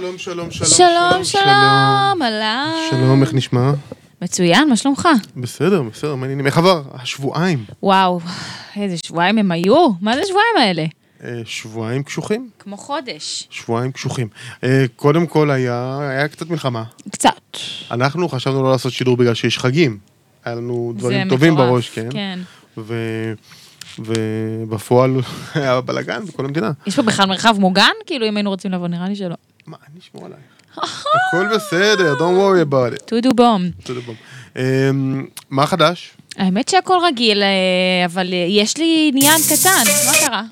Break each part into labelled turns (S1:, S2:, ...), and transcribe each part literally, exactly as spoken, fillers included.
S1: שלום, שלום, שלום.
S2: שלום, שלום, אהלן.
S1: שלום, איך נשמע?
S2: מצוין, מה שלומך?
S1: בסדר, בסדר, מעניינים. איך עבר? השבועיים.
S2: וואו, איזה שבועיים הם היו? מה זה שבועיים האלה?
S1: שבועיים קשוחים.
S2: כמו חודש.
S1: שבועיים קשוחים. קודם כל היה, היה קצת מלחמה.
S2: קצת.
S1: אנחנו חשבנו לא לעשות שידור בגלל שיש חגים. היה לנו דברים
S2: זה
S1: טובים
S2: מטורף,
S1: בראש, כן.
S2: כן.
S1: ו... ובפועל היה בלגן בכל המדינה.
S2: יש פה בכלל מרחב מוגן? כאילו, אם היינו רוצים לבוא, נראה לי שלא.
S1: מה, אני אשמור עלייך. הכל בסדר, don't worry about it.
S2: טודו בום.
S1: טודו בום. מה חדש?
S2: האמת שהכל רגיל, אבל יש לי עניין קטן. מה קרה?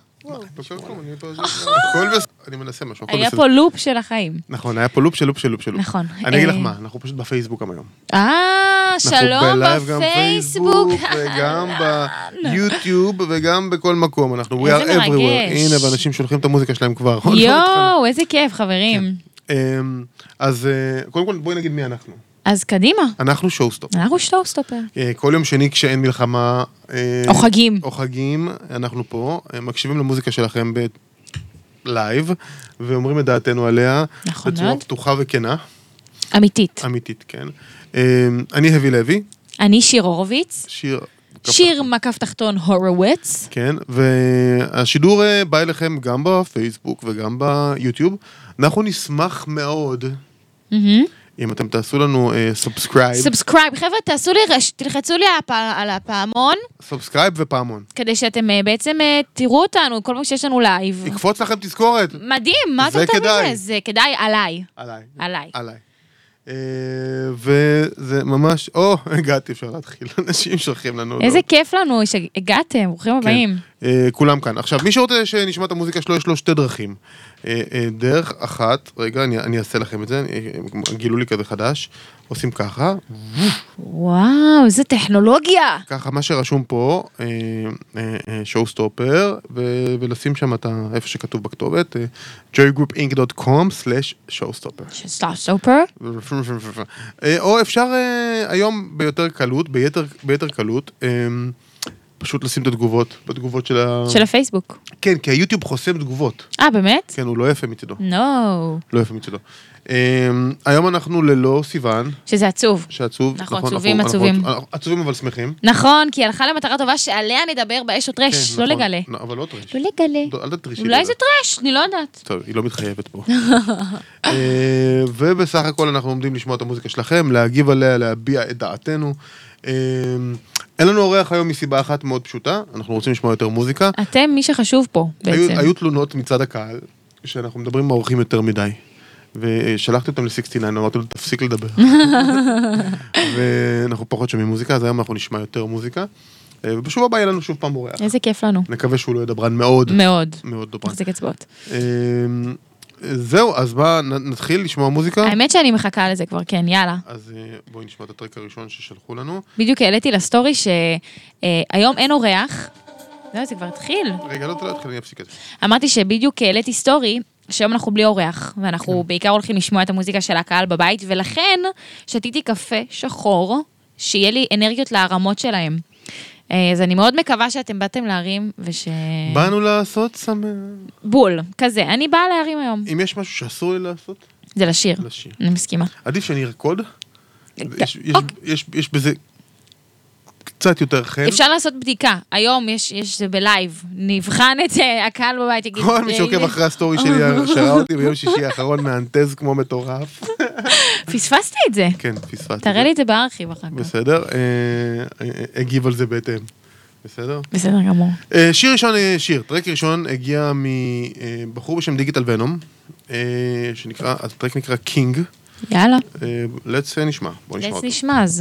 S1: אני מנסה משהו.
S2: היה פה לופ של החיים.
S1: נכון, היה פה לופ של לופ של לופ של לופ.
S2: נכון.
S1: אני אגיד לך מה, אנחנו פשוט בפייסבוק היום.
S2: אה, שלום בפייסבוק.
S1: וגם ביוטיוב וגם בכל מקום. אנחנו we are
S2: איזה
S1: everywhere.
S2: מרגש.
S1: הנה, ואנשים שולחים את המוזיקה שלהם כבר.
S2: יואו, איזה כיף, חברים.
S1: אז קודם כל בואי נגיד מי אנחנו.
S2: אז קדימה.
S1: אנחנו שואוסטופר.
S2: אנחנו שואוסטופר.
S1: כל יום שני כשאין מלחמה...
S2: או חגים.
S1: או חגים, אנחנו פה, מקשיבים למוזיקה שלכם בלייב, ואומרים את דעתנו עליה.
S2: נכון
S1: בצורה
S2: מאוד.
S1: פתוחה וכנה.
S2: אמיתית.
S1: אמיתית, כן. אני הווי לוי.
S2: אני שיר הורוביץ.
S1: שיר...
S2: שיר מקף תחתון הורוביץ.
S1: כן, והשידור בא אליכם גם בפייסבוק וגם ביוטיוב. אנחנו נשמח מאוד... אם אתם תעשו לנו סאבסקרייב.
S2: סאבסקרייב, חבר'ה, תעשו לי, תלחצו לי על הפעמון.
S1: סאבסקרייב ופעמון.
S2: כדי שאתם בעצם תראו אותנו, כל מה שיש לנו לייב.
S1: יקפוץ לכם תזכורת.
S2: מדהים, מה אתה אותם מזה? זה כדאי עליי.
S1: עליי.
S2: עליי.
S1: עליי. וזה ממש, או, הגעתי, אפשר להתחיל. אנשים שולחים לנו.
S2: איזה כיף לנו שהגעתם, ברוכים הבאים.
S1: כולם כאן. עכשיו, מי שרוצה שנשמע את המוזיקה שלו, יש לו שתי דרכים. דרך אחת, רגע, אני אעשה לכם את זה, גילו לי כזה חדש, עושים ככה.
S2: וואו, איזה טכנולוגיה.
S1: ככה, מה שרשום פה, שואוסטופר, ולשים שם את איפה שכתוב בכתובת, ג'וי גרופ אינק דוט קום סלש שואוסטופר.
S2: שואוסטופר?
S1: או אפשר היום ביותר קלות, ביתר קלות, פשוט לשים את התגובות, בתגובות של ה...
S2: של הפייסבוק.
S1: כן, כי היוטיוב חוסם תגובות.
S2: אה, באמת?
S1: כן, הוא לא יפה מצדו.
S2: נו.
S1: לא יפה מצדו. היום אנחנו ללא סיוון.
S2: שזה עצוב.
S1: שעצוב.
S2: נכון, עצובים, עצובים.
S1: עצובים אבל שמחים.
S2: נכון, כי הלכה למטרה טובה שעליה נדבר באש או טרש, לא לגלה.
S1: אבל לא טרש.
S2: לא לגלה.
S1: אל תטרישי.
S2: אולי זה טרש, אני לא יודעת.
S1: טוב, היא לא מתחייבת פה. ובסך הכל אנחנו עומדים לשמוע את המוזיקה שלכם, להגיב עליה, להביע את דעתנו. אין לנו אורח היום מסיבה אחת מאוד פשוטה, אנחנו רוצים לשמוע יותר מוזיקה.
S2: אתם מי שחשוב פה, בעצם.
S1: היו תלונות מצד הקהל, שאנחנו מדברים עם האורחים יותר מדי. ושלחתי אותם ל-שישים ותשע, אמרתי לו, תפסיק לדבר. ואנחנו פחות שומעים מוזיקה, אז היום אנחנו נשמע יותר מוזיקה. ובשוב הבא יהיה לנו שוב פעם אורח.
S2: איזה כיף לנו.
S1: נקווה שהוא לא ידברן מאוד.
S2: מאוד.
S1: מאוד דברן.
S2: מחזיק אצבעות.
S1: זהו, אז בוא נתחיל לשמוע מוזיקה.
S2: האמת שאני מחכה לזה כבר, כן, יאללה.
S1: אז בואי נשמע את הטרק הראשון ששלחו לנו.
S2: בדיוק העליתי לסטורי שהיום אין אורח. לא, זה כבר התחיל.
S1: רגע, לא תתחיל, אני אפסיק את זה.
S2: אמרתי שבדיוק העליתי סטורי, שהיום אנחנו בלי אורח, ואנחנו בעיקר הולכים לשמוע את המוזיקה של הקהל בבית, ולכן שתיתי קפה שחור, שיהיה לי אנרגיות להרמות שלהם. אז אני מאוד מקווה שאתם באתם להרים, וש...
S1: באנו לעשות שמח.
S2: בול, כזה. אני באה להרים היום.
S1: אם יש משהו שאסור לי לעשות?
S2: זה לשיר.
S1: לשיר.
S2: אני מסכימה.
S1: עדיף שאני ארקוד. יש בזה קצת יותר חן.
S2: אפשר לעשות בדיקה. היום יש זה בלייב. נבחן את הקהל בבית.
S1: כל מי שעוקב אחרי הסטורי שלי שראה אותי ביום שישי האחרון מאנטז כמו מטורף.
S2: פספסתי את זה.
S1: כן, פספסתי.
S2: תראה לי את זה בארכיב אחר כך.
S1: בסדר. הגיב על זה בהתאם. בסדר?
S2: בסדר גמור.
S1: שיר ראשון, שיר. טרק ראשון הגיע מבחור בשם דיגיטל ונום, שנקרא, הטרק נקרא קינג.
S2: יאללה.
S1: let's נשמע. בוא נשמע אותו.
S2: let's נשמע אז.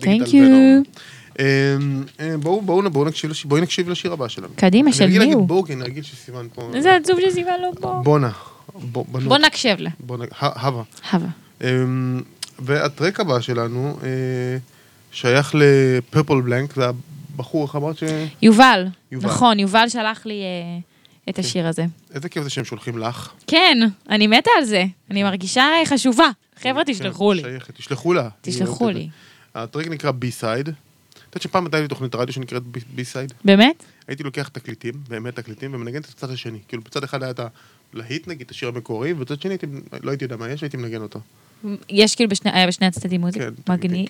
S2: Thank you.
S1: בואו נקשיב לשיר הבא שלנו.
S2: קדימה, של
S1: אני
S2: מי
S1: רגיל
S2: הוא?
S1: להגיד בואו, כי אני רגיל שסיוון פה.
S2: איזה עצוב שסיוון לא פה.
S1: בונה.
S2: בוא נקשב לה.
S1: הווה.
S2: הווה.
S1: והטרק הבא שלנו שייך לפרפל בלנק, זה הבחור, איך אמרת ש...
S2: יובל. נכון, יובל שלח לי את השיר הזה.
S1: איזה כיף זה שהם שולחים לך.
S2: כן, אני מתה על זה. אני מרגישה חשובה. חבר'ה, תשלחו לי.
S1: תשלחו לה.
S2: תשלחו לי.
S1: הטרק נקרא בי-סייד. את יודעת שפעם הייתה לי תוכנית רדיו שנקראת בי-סייד?
S2: באמת?
S1: הייתי לוקח תקליטים, באמת תקליטים, ומנגן את הצד השני. כאילו בצד אחד היה את הלהיט, נגיד, את השיר המקורי, ובצד שני לא הייתי יודע מה יש, הייתי מנגן אותו.
S2: יש כאילו היה בשני הצדדים מוזיק? מגניב.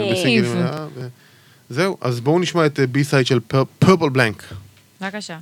S1: זהו, אז בואו נשמע את בי-סייד של פרפל בלנק.
S2: בבקשה.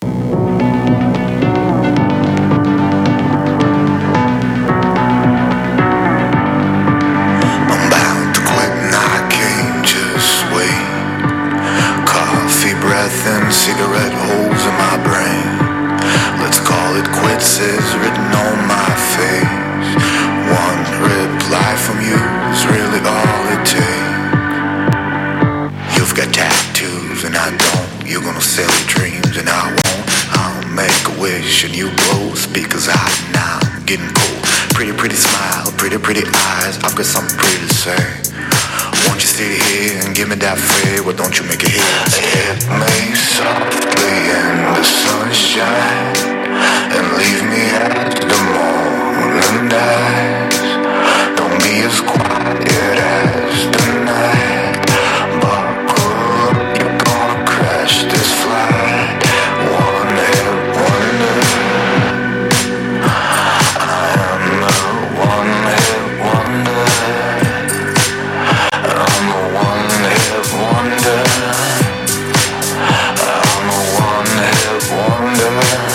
S3: And cigarette holes in my brain. Let's call it quits is written on my face. One reply from you is really all it takes. You've got tattoos and I don't. You're gonna sell your dreams and I won't. I'll make a wish and you blow. Speakers hot now, getting cold. Pretty, pretty smile, pretty, pretty eyes. I've got something pretty to say. Won't you stay here and give me that fade? Well, don't you make it hit? Hit me softly in the sunshine and leave me as the morning dies. Don't be as quiet as the night. Buckle up, you're gonna crash this flight. One hit wonder. I am the one hit wonder. I'm a one-hit wonder. I'm a one-hit wonder.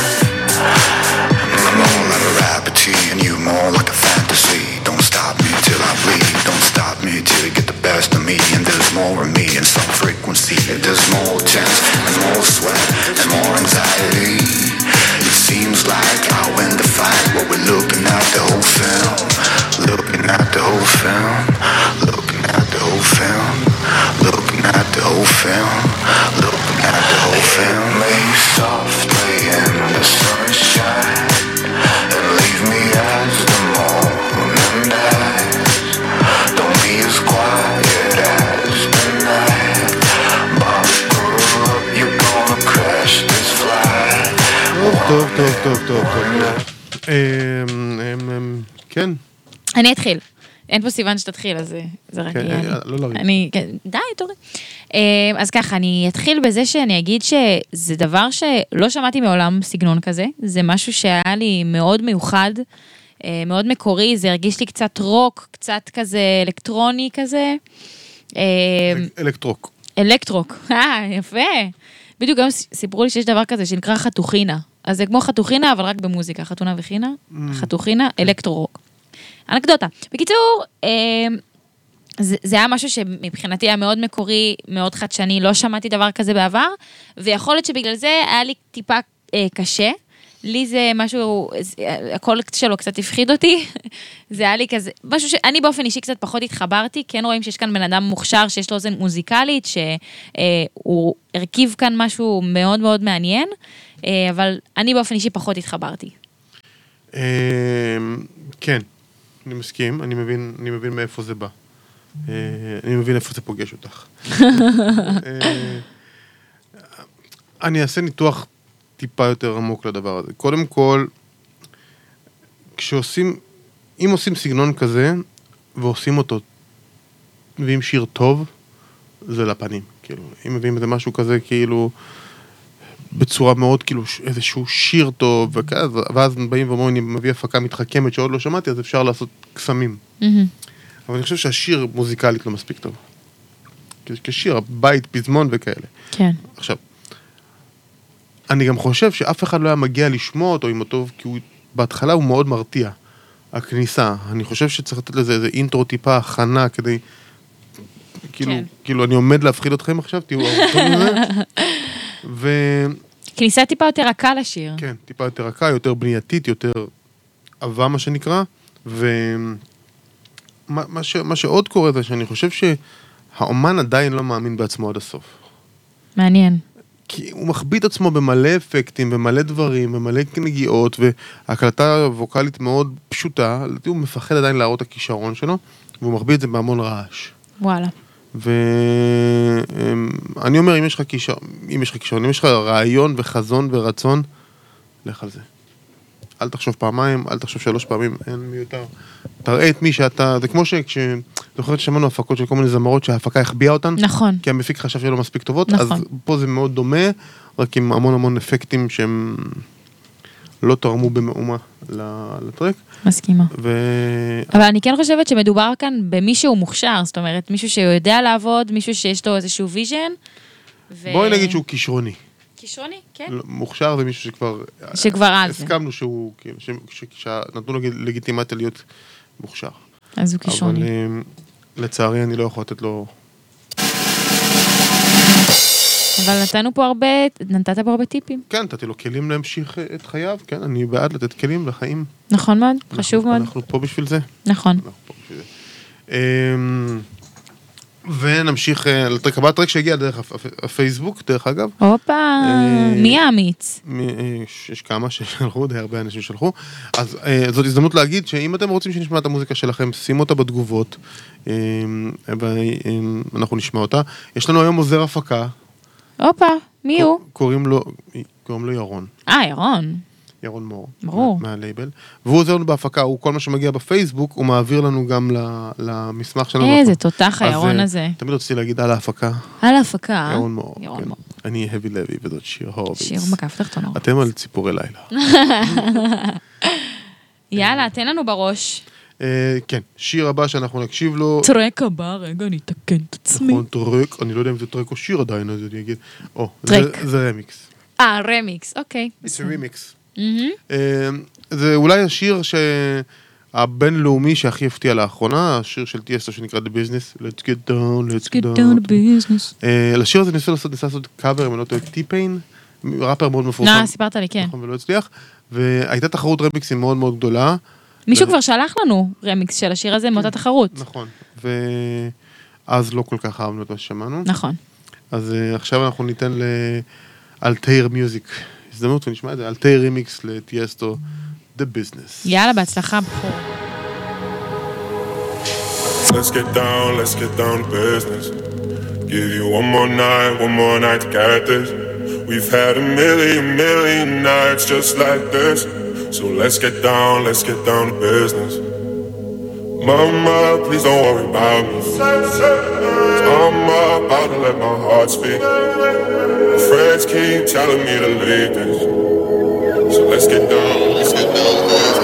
S3: I'm more like a rapidity and you more like a fantasy. Don't stop me till I bleed. Don't stop me till you get the best of me. And there's more of me in some frequency. There's more tense and more sweat and more anxiety. It seems like I win the fight, but we're looking at the whole film. Looking at the whole film. Looking at the whole film. Looking at the whole film. Looking at the whole film. Lay softly in the sunshine and leave me as the morning dies. Don't be as quiet as the night. Buckle up, you're gonna crash this flight.
S1: טוב, טוב, טוב, טוב, טוב. אמ, אמ, אמ, כן.
S2: אני אתחיל. אין פה סיוון שתתחיל, אז זה רק
S1: כן,
S2: יהיה אני.
S1: לא לריב.
S2: אני, כן, די, תורי. אז ככה, אני אתחיל בזה שאני אגיד שזה דבר שלא שמעתי מעולם סגנון כזה. זה משהו שהיה לי מאוד מיוחד, מאוד מקורי, זה הרגיש לי קצת רוק, קצת כזה אלקטרוני כזה.
S1: אלקטרוק.
S2: אלקטרוק, אה, יפה. בדיוק גם סיפרו לי שיש דבר כזה שנקרא חתוכינה. אז זה כמו חתוכינה, אבל רק במוזיקה, חתונה וחינה, חתוכינה, אלקטרו-רוק. אנקדוטה. בקיצור, זה, זה היה משהו שמבחינתי היה מאוד מקורי, מאוד חדשני, לא שמעתי דבר כזה בעבר, ויכול להיות שבגלל זה היה לי טיפה אה, קשה. לי זה משהו, הקול שלו קצת הפחיד אותי, זה היה לי כזה, משהו שאני באופן אישי קצת פחות התחברתי, כן רואים שיש כאן בן אדם מוכשר, שיש לו אוזן מוזיקלית, שהוא הרכיב כאן משהו מאוד מאוד מעניין, אבל אני באופן אישי פחות התחברתי.
S1: כן, אני מסכים, אני מבין, אני מבין מאיפה זה בא. אני מבין איפה זה פוגש אותך. אני אעשה ניתוח טיפה יותר עמוק לדבר הזה. קודם כל, כשעושים, אם עושים סגנון כזה, ועושים אותו, מביאים שיר טוב, זה לפנים. כאילו, אם מביאים איזה משהו כזה, כאילו, בצורה מאוד, כאילו, איזשהו שיר טוב, וכאז, ואז באים ואומרים, אני מביא הפקה מתחכמת שעוד לא שמעתי, אז אפשר לעשות קסמים. Mm-hmm. אבל אני חושב שהשיר מוזיקלית לא מספיק טוב. כשיר, בית, פזמון וכאלה.
S2: כן.
S1: עכשיו, אני גם חושב שאף אחד לא היה מגיע לשמוע אותו עם אותו, כי הוא, בהתחלה הוא מאוד מרתיע, הכניסה. אני חושב שצריך לתת לזה איזה אינטרו טיפה, הכנה, כדי, כאילו, כן. כאילו, אני עומד להפחיד אתכם עכשיו, תהיו ארוכות מזה. ו...
S2: כניסה טיפה יותר רכה לשיר.
S1: כן, טיפה יותר רכה, יותר בנייתית, יותר אהבה, מה שנקרא. ומה מה ש... מה שעוד קורה זה שאני חושב שהאומן עדיין לא מאמין בעצמו עד הסוף.
S2: מעניין.
S1: כי הוא מחביא עצמו במלא אפקטים, במלא דברים, במלא נגיעות, והקלטה ווקלית מאוד פשוטה, הוא מפחד עדיין להראות את הכישרון שלו, והוא מחביא את זה בהמון רעש.
S2: וואלה.
S1: ואני אומר, אם יש לך כישרון, אם יש לך כישרון, אם יש לך רעיון וחזון ורצון, לך על זה. אל תחשוב פעמיים, אל תחשוב שלוש פעמים, אין מיותר. תראה את מי שאתה, זה כמו שכש... זוכרת ששמענו הפקות של כל מיני זמרות שההפקה החביאה אותן.
S2: נכון.
S1: כי המפיק חשב שיהיה לו מספיק טובות.
S2: נכון.
S1: אז פה זה מאוד דומה, רק עם המון המון אפקטים שהם לא תרמו במאומה לטרק.
S2: מסכימה.
S1: ו...
S2: אבל אני כן חושבת שמדובר כאן במישהו מוכשר, זאת אומרת, מישהו שיודע לעבוד, מישהו שיש לו איזשהו ויז'ן. ו...
S1: בואי נגיד שהוא כישרוני.
S2: כישרוני, כן.
S1: מוכשר זה מישהו שכבר...
S2: שכבר על זה.
S1: הסכמנו שהוא, שנתנו לו לגיטימציה להיות מוכשר.
S2: אז הוא כישרוני.
S1: אבל לצערי אני לא יכול לתת לו...
S2: אבל נתנו פה הרבה, נתת פה הרבה טיפים.
S1: כן, נתתי לו כלים להמשיך את חייו, כן, אני בעד לתת כלים לחיים.
S2: נכון מאוד, חשוב מאוד.
S1: אנחנו פה בשביל זה.
S2: נכון.
S1: אנחנו פה בשביל זה. ונמשיך לטרק הבא, טרק שהגיע דרך הפייסבוק, דרך אגב.
S2: הופה, מי האמיץ?
S1: יש כמה ששלחו, די הרבה אנשים שלחו. אז זאת הזדמנות להגיד שאם אתם רוצים שנשמע את המוזיקה שלכם, שימו אותה בתגובות, ואנחנו נשמע אותה. יש לנו היום עוזר הפקה.
S2: הופה, מי הוא?
S1: קוראים לו, קוראים לו ירון.
S2: אה, ירון.
S1: ירון מור.
S2: ברור.
S1: מהלייבל. והוא עוזר לנו בהפקה, הוא כל מה שמגיע בפייסבוק, הוא מעביר לנו גם למסמך שלנו.
S2: איזה תותח הירון הזה.
S1: תמיד רציתי להגיד על ההפקה.
S2: על ההפקה.
S1: ירון מור.
S2: ירון מור.
S1: אני הבי לוי וזאת שיר הורוביץ.
S2: שיר מקף תחתון הורוביץ.
S1: אתם על ציפורי לילה.
S2: יאללה, תן לנו בראש.
S1: כן, שיר הבא שאנחנו נקשיב לו.
S2: טרק הבא, רגע, אני אתקן את עצמי.
S1: נכון, טרק, אני לא יודע אם זה טרק או שיר עדיין, אז אני אגיד.
S2: טרק.
S1: זה רמיקס.
S2: אה, רמיקס, אוקיי.
S1: זה רמיקס. זה אולי השיר הבינלאומי שהכי הפתיע לאחרונה, השיר של טייסטו שנקרא The Business, Let's get down, let's get down to business. לשיר הזה ניסו לעשות, ניסה לעשות קאבר, אם אני לא טועה, טיפיין, ראפר מאוד מפורסם.
S2: נא, סיפרת לי, כן.
S1: נכון, ולא הצליח, והייתה תחרות רמיקסים מאוד מאוד גדולה.
S2: מישהו כבר שלח לנו רמיקס של השיר הזה מאותה תחרות.
S1: נכון, ואז לא כל כך אהבנו את מה ששמענו.
S2: נכון.
S1: אז עכשיו אנחנו ניתן לאלטייר מיוזיק. הזדמנות ונשמע את זה, אלטייר רימיקס לטייסטו, The Business.
S2: יאללה, בהצלחה בחור.
S4: Let's get down, let's get down to business. Give you one more night, one more night to get this. We've had a million, million nights just like this. So let's get down, let's get down to business. Mama, please don't worry about me. I'm about to let my heart speak. My friends keep telling me to leave this. So let's get down, let's get down to business.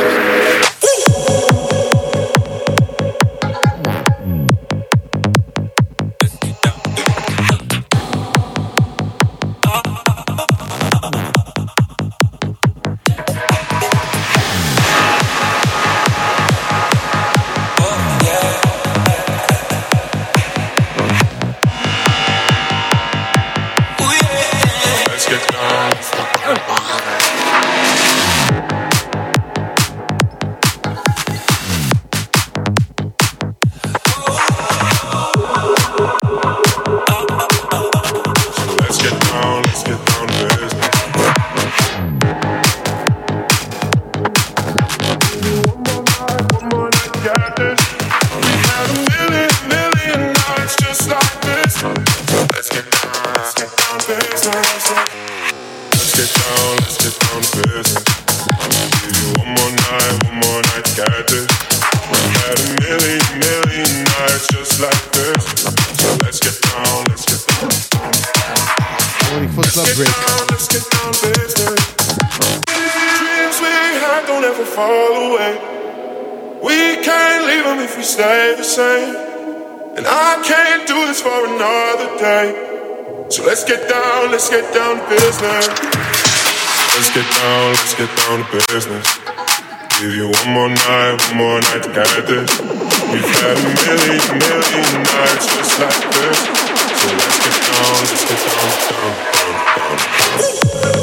S4: So let's get down, let's get down to business. Let's get down, let's get down to business. Give you one more night, one more night to get this. We've had a million, million nights just like this. So let's get down, let's get down, down, down, down.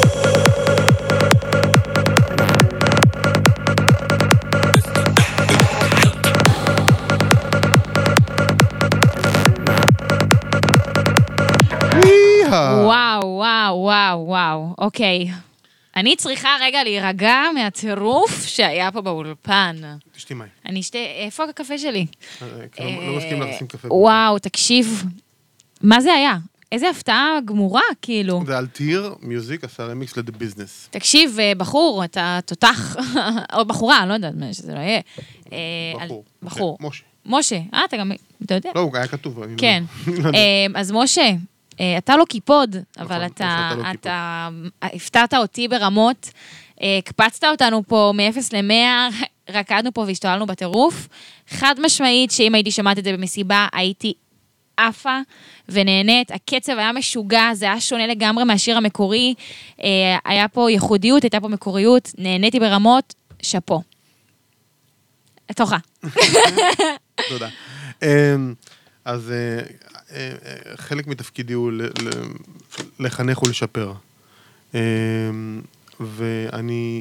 S2: וואו, וואו, וואו, וואו, אוקיי. אני צריכה רגע להירגע מהטירוף שהיה פה באולפן.
S1: תשתי מים.
S2: אני אשתה, איפה הקפה שלי?
S1: לא מסכים לשים קפה.
S2: וואו, תקשיב, מה זה היה? איזה הפתעה גמורה, כאילו.
S1: זה אלטייר מיוזיק, עשה רמיקס ל-The Business.
S2: תקשיב, בחור, אתה תותח, או בחורה, אני לא יודעת מה שזה לא יהיה.
S1: בחור.
S2: בחור.
S1: משה.
S2: משה, אה, אתה גם, אתה יודע?
S1: לא, הוא היה כתוב.
S2: כן. אז משה, אתה לא קיפוד, אבל אתה, אתה הפתעת אותי ברמות, קפצת אותנו פה מ-אפס ל-מאה, רקדנו פה והשתוללנו בטירוף. חד משמעית שאם הייתי שמעת את זה במסיבה, הייתי עפה ונהנית. הקצב היה משוגע, זה היה שונה לגמרי מהשיר המקורי. היה פה ייחודיות, הייתה פה מקוריות, נהניתי ברמות, שפו. תוכה.
S1: תודה. אז חלק מתפקידי הוא לחנך ולשפר. ואני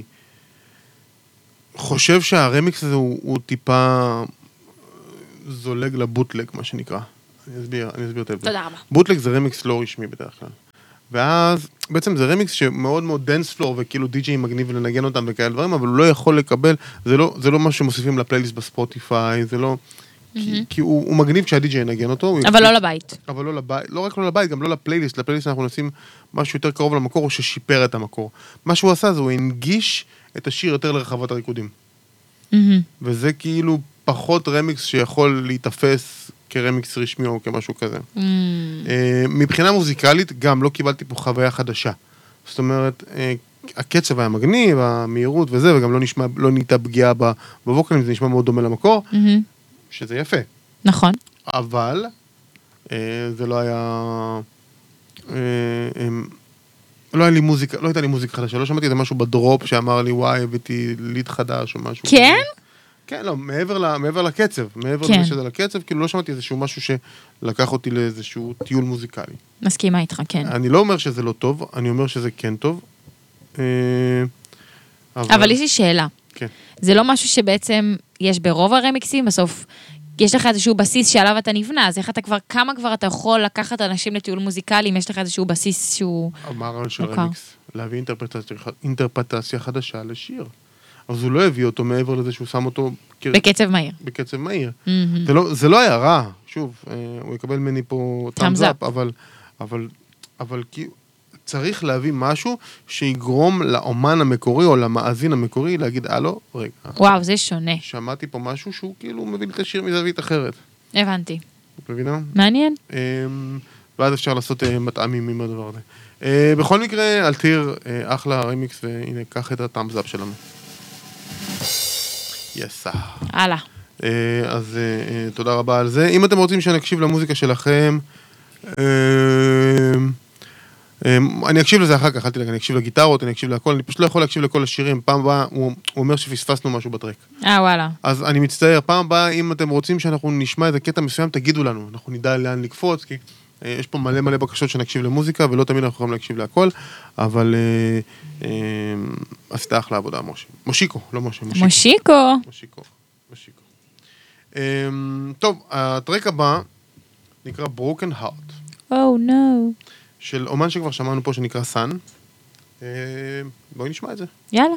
S1: חושב שהרמיקס הזה הוא טיפה זולג לבוטלג, מה שנקרא. אני אסביר, אני אסביר את ההבדל.
S2: תודה רבה.
S1: בוטלג זה רמיקס לא רשמי בדרך כלל. ואז, בעצם זה רמיקס שמאוד מאוד דנס פלור, וכאילו די-ג'יי מגניב לנגן אותם וכאלה דברים, אבל הוא לא יכול לקבל, זה לא, זה לא מה שמוסיפים לפלייליסט בספוטיפיי, זה לא, כי, כי הוא, הוא מגניב כשהדי-ג'יי ינגן אותו.
S2: אבל לא לבית.
S1: אבל לא לבית, לא רק לא לבית, גם לא לפלייליסט, לפלייליסט אנחנו נשים משהו יותר קרוב למקור, או ששיפר את המקור. מה שהוא עשה זה הוא הנגיש את השיר יותר לרחבת הריקודים. וזה כאילו פחות רמיקס שיכול להתאפס כרמיקס רשמי או כמשהו כזה. מבחינה מוזיקלית גם לא קיבלתי פה חוויה חדשה. זאת אומרת, הקצב היה מגניב, המהירות וזה, וגם לא נשמע, לא נהייתה פגיעה בווקלים, זה נשמע מאוד דומה למקור, שזה יפה.
S2: נכון.
S1: אבל זה לא היה... לא היה לי מוזיקה, לא הייתה לי מוזיקה חדשה, לא שמעתי איזה משהו בדרופ שאמר לי, וואי, הבאתי ליד חדש או משהו.
S2: כן?
S1: כן, לא, מעבר, מעבר לקצב, מעבר לזה שזה לקצב, כאילו לא שמעתי איזשהו משהו שלקח אותי לאיזשהו טיול מוזיקלי.
S2: מסכימה איתך, כן.
S1: אני לא אומר שזה לא טוב, אני אומר שזה כן טוב.
S2: אבל יש לי שאלה.
S1: כן.
S2: זה לא משהו שבעצם יש ברוב הרמיקסים, בסוף יש לך איזשהו בסיס שעליו אתה נבנה, אז איך אתה כבר, כמה כבר אתה יכול לקחת אנשים לטיול מוזיקלי, אם יש לך איזשהו בסיס שהוא...
S1: מה הרעיון של רמיקס? להביא אינטרפרטציה חדשה לשיר. אז הוא לא הביא אותו מעבר לזה שהוא שם אותו...
S2: בקצב מהיר.
S1: בקצב מהיר. זה לא היה רע, שוב, הוא יקבל ממני פה thumbs up, אבל, אבל צריך להביא משהו שיגרום לאומן המקורי או למאזין המקורי להגיד, הלו, רגע.
S2: וואו, זה שונה.
S1: שמעתי פה משהו שהוא כאילו מביא את השיר מזווית אחרת.
S2: הבנתי.
S1: את מבינה?
S2: מעניין.
S1: ואז אפשר לעשות מטעמים עם הדבר הזה. בכל מקרה, אלתיר, אחלה רמיקס, והנה, קח את הטאמס אפ שלנו. יסה.
S2: הלאה.
S1: אז תודה רבה על זה. אם אתם רוצים שנקשיב למוזיקה שלכם, אני אקשיב לזה אחר כך, אני אקשיב לגיטרות, אני אקשיב להכל, אני פשוט לא יכול להקשיב לכל השירים. פעם הבאה, הוא אומר שפספסנו משהו בטרק.
S2: אה, וואלה.
S1: אז אני מצטער, פעם הבאה, אם אתם רוצים שאנחנו נשמע איזה קטע מסוים, תגידו לנו, אנחנו נדע לאן לקפוץ, כי יש פה מלא מלא בקשות שנקשיב למוזיקה, ולא תמיד אנחנו יכולים להקשיב להכל, אבל עשית אחלה עבודה, משה. מושיקו, לא משה, מושיקו.
S2: מושיקו.
S1: מושיקו, מושיקו. טוב, הטרק הבא נקרא Broken Heart.
S2: Oh no.
S1: של אומן שכבר שמענו פה שנקרא סן. בואי נשמע את זה.
S2: יאללה.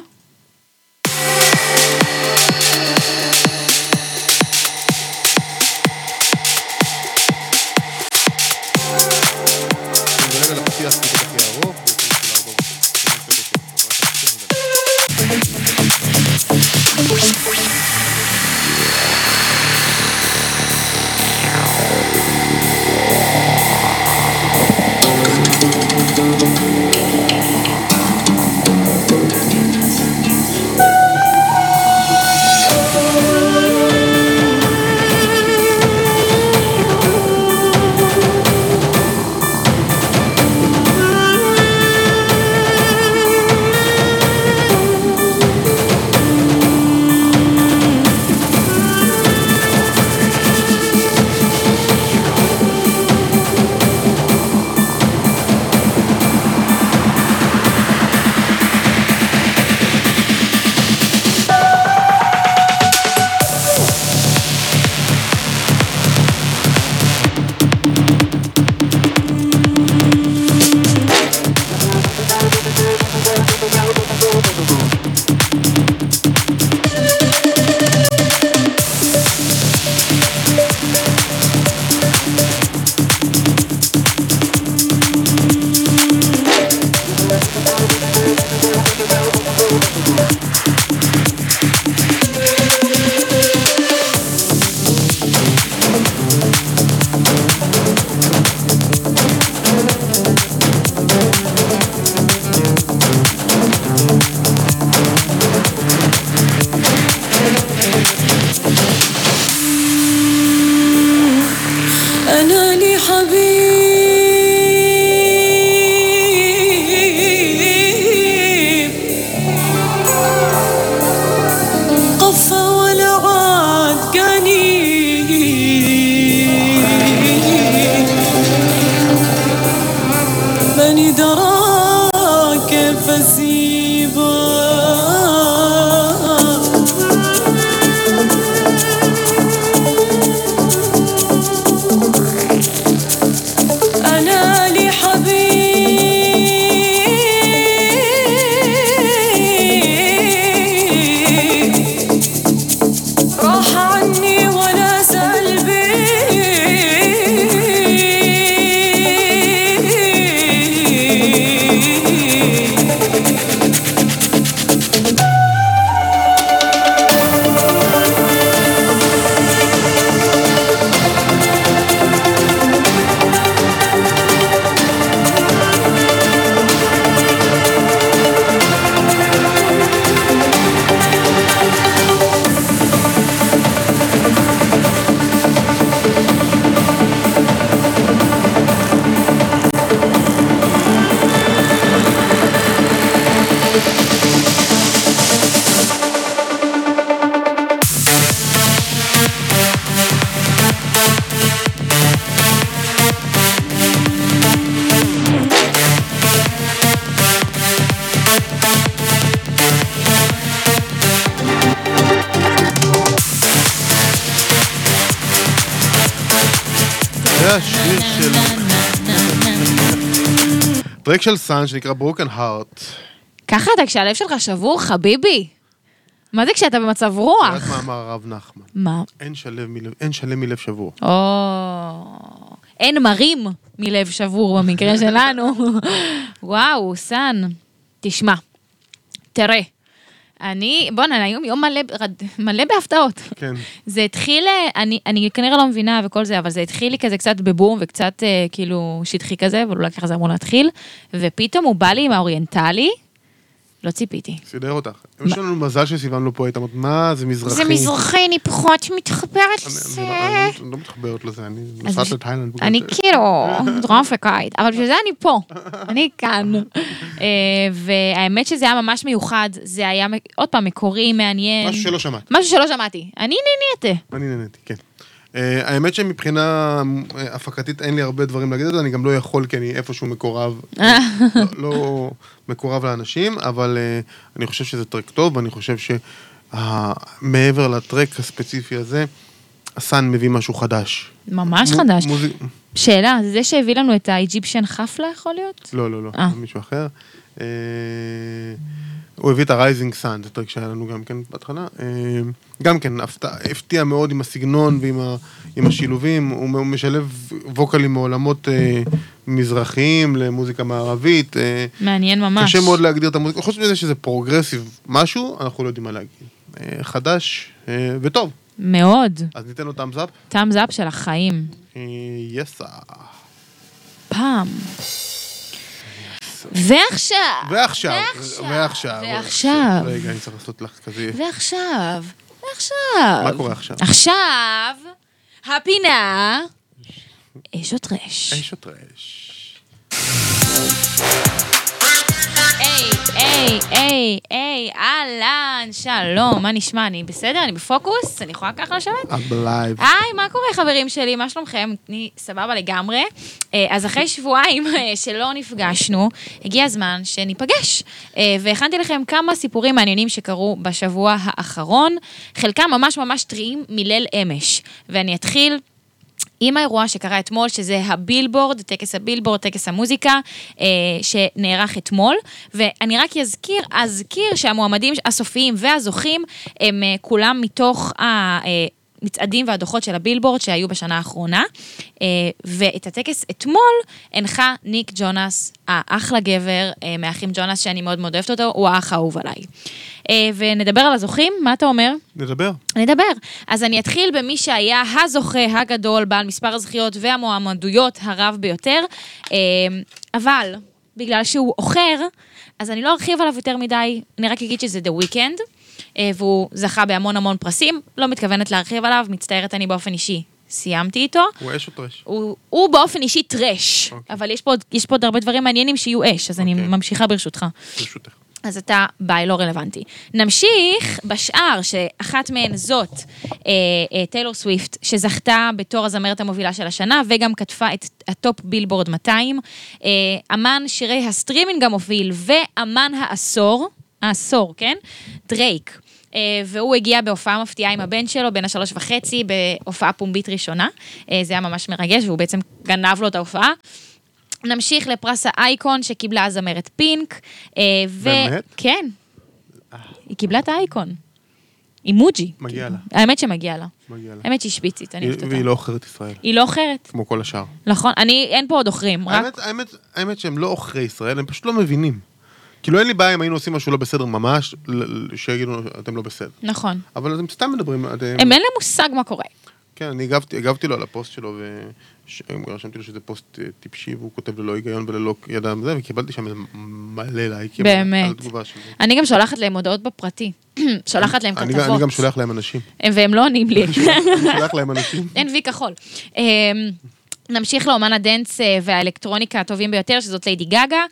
S1: נדלג על הפתיח כי זה הכי ארוך. זה השיר של... טרק של סאן שנקרא Broken Heart.
S2: ככה אתה כשהלב שלך שבור, חביבי. מה זה כשאתה במצב רוח?
S1: זה מאמר הרב נחמן.
S2: מה?
S1: אין שלם מלב, אין שלם מלב שבור.
S2: או... אין מרים מלב שבור במקרה שלנו. וואו, סאן. תשמע, תראה. אני, בוא נע, היום יום מלא, מלא בהפתעות.
S1: כן.
S2: זה התחיל, אני, אני כנראה לא מבינה וכל זה, אבל זה התחיל לי כזה קצת בבום וקצת אה, כאילו שטחי כזה, אבל אולי ככה זה אמור להתחיל, ופתאום הוא בא לי עם האוריינטלי, לא ציפיתי.
S1: סידר אותך. יש לנו מזל שסיוון פה, היית אומרת, מה, זה מזרחי.
S2: זה מזרחי, אני פחות מתחברת לזה.
S1: אני לא מתחברת לזה, אני נוסעת לתאילנד.
S2: אני כאילו דרום אפריקאית, אבל בשביל זה אני פה, אני כאן. והאמת שזה היה ממש מיוחד, זה היה עוד פעם מקורי, מעניין.
S1: משהו שלא שמעת.
S2: משהו שלא שמעתי. אני נהניתי.
S1: אני נהניתי, כן. האמת שמבחינה הפקתית אין לי הרבה דברים להגיד את זה, אני גם לא יכול כי אני איפשהו מקורב, לא מקורב לאנשים, אבל אני חושב שזה טרק טוב, ואני חושב שמעבר לטרק הספציפי הזה, הסאן מביא משהו חדש.
S2: ממש חדש. שאלה, זה שהביא לנו את האיג'יפשן חפלה יכול להיות?
S1: לא, לא, לא, מישהו אחר. הוא הביא את הרייזינג סאן, זה טרק שהיה לנו גם כן בהתחלה. גם כן, הפתיע מאוד עם הסגנון ועם השילובים, הוא משלב ווקלים מעולמות מזרחיים למוזיקה מערבית.
S2: מעניין ממש.
S1: קשה מאוד להגדיר את המוזיקה, חוץ מזה שזה פרוגרסיב משהו, אנחנו לא יודעים מה להגיד. חדש וטוב.
S2: מאוד.
S1: אז ניתן לו טאמס אפ?
S2: טאמס אפ של החיים.
S1: יסה.
S2: פעם. ועכשיו.
S1: ועכשיו. ועכשיו.
S2: ועכשיו.
S1: רגע, אני צריך לעשות לך כזה.
S2: ועכשיו. ועכשיו.
S1: מה קורה עכשיו?
S2: עכשיו, הפינה, אש או טרש.
S1: אש או טרש.
S2: היי, היי, היי, היי, אהלן, שלום, מה נשמע? אני בסדר? אני בפוקוס? אני יכולה ככה לשבת?
S1: את בלייב.
S2: היי, מה קורה חברים שלי? מה שלומכם? אני סבבה לגמרי. אז אחרי שבועיים שלא נפגשנו, הגיע הזמן שניפגש. והכנתי לכם כמה סיפורים מעניינים שקרו בשבוע האחרון, חלקם ממש ממש טריים מליל אמש. ואני אתחיל עם האירוע שקרה אתמול, שזה הבילבורד, טקס הבילבורד, טקס המוזיקה, אה, שנערך אתמול, ואני רק אזכיר, אזכיר שהמועמדים הסופיים והזוכים, הם אה, כולם מתוך ה... אה, מצעדים והדוחות של הבילבורד שהיו בשנה האחרונה, ואת הטקס אתמול הנחה ניק ג'ונס, האחלה גבר מהאחים ג'ונס, שאני מאוד מאוד אוהבת אותו, הוא האח האהוב עליי. ונדבר על הזוכים, מה אתה אומר?
S1: נדבר.
S2: נדבר. אז אני אתחיל במי שהיה הזוכה הגדול, בעל מספר הזכיות והמועמדויות הרב ביותר, אבל בגלל שהוא אוחר, אז אני לא ארחיב עליו יותר מדי, אני רק אגיד שזה The Weeknd, והוא זכה בהמון המון פרסים, לא מתכוונת להרחיב עליו, מצטערת אני באופן אישי. סיימתי איתו.
S1: הוא אש או טרש?
S2: הוא, הוא באופן אישי טרש, okay. אבל יש פה, יש פה עוד הרבה דברים מעניינים שיהיו אש, אז okay. אני ממשיכה ברשותך.
S1: ברשותך.
S2: אז אתה ביי, לא רלוונטי. נמשיך בשאר, שאחת מהן זאת, אה, אה, טיילור סוויפט, שזכתה בתור הזמרת המובילה של השנה, וגם כתבה את הטופ בילבורד מאתיים, אה, אמן שירי הסטרימינג המוביל, ואמן העשור, העשור, כן? דרייק. Uh, והוא הגיע בהופעה מפתיעה עם הבן שלו, בין השלוש וחצי, בהופעה פומבית ראשונה. Uh, זה היה ממש מרגש, והוא בעצם גנב לו את ההופעה. נמשיך לפרס האייקון, שקיבלה הזמרת פינק. Uh, ו...
S1: באמת?
S2: כן. היא קיבלה את האייקון. אימוג'י.
S1: מגיע לה.
S2: האמת שמגיע לה.
S1: מגיע לה.
S2: האמת שהיא שפיצית, אני אוהבת אותה.
S1: והיא לא אוכרת ישראל.
S2: היא לא אוכרת.
S1: כמו כל השאר.
S2: נכון, אני, אין פה עוד אוכרים.
S1: האמת, האמת, האמת שהם לא אוכרי ישראל, הם פשוט לא מבינים. כאילו אין לי בעיה אם היינו עושים משהו לא בסדר ממש, שיגידו אתם לא בסדר.
S2: נכון.
S1: אבל אתם סתם מדברים.
S2: הם אין להם מושג מה קורה.
S1: כן, אני הגבתי, הגבתי לו על הפוסט שלו, ורשמתי לו שזה פוסט טיפשי, והוא כותב ללא היגיון וללא ידע זה, וקיבלתי שם מלא לייקים.
S2: באמת. אני גם שולחת להם הודעות בפרטי. שולחת להם כתבות.
S1: אני גם שולח להם אנשים.
S2: והם לא עונים לי.
S1: אני שולח להם אנשים.
S2: אין וי כחול. נמשיך לאומן הדנס והאלקטרוניקה הטובים ביותר, שזאת ליידי גגה,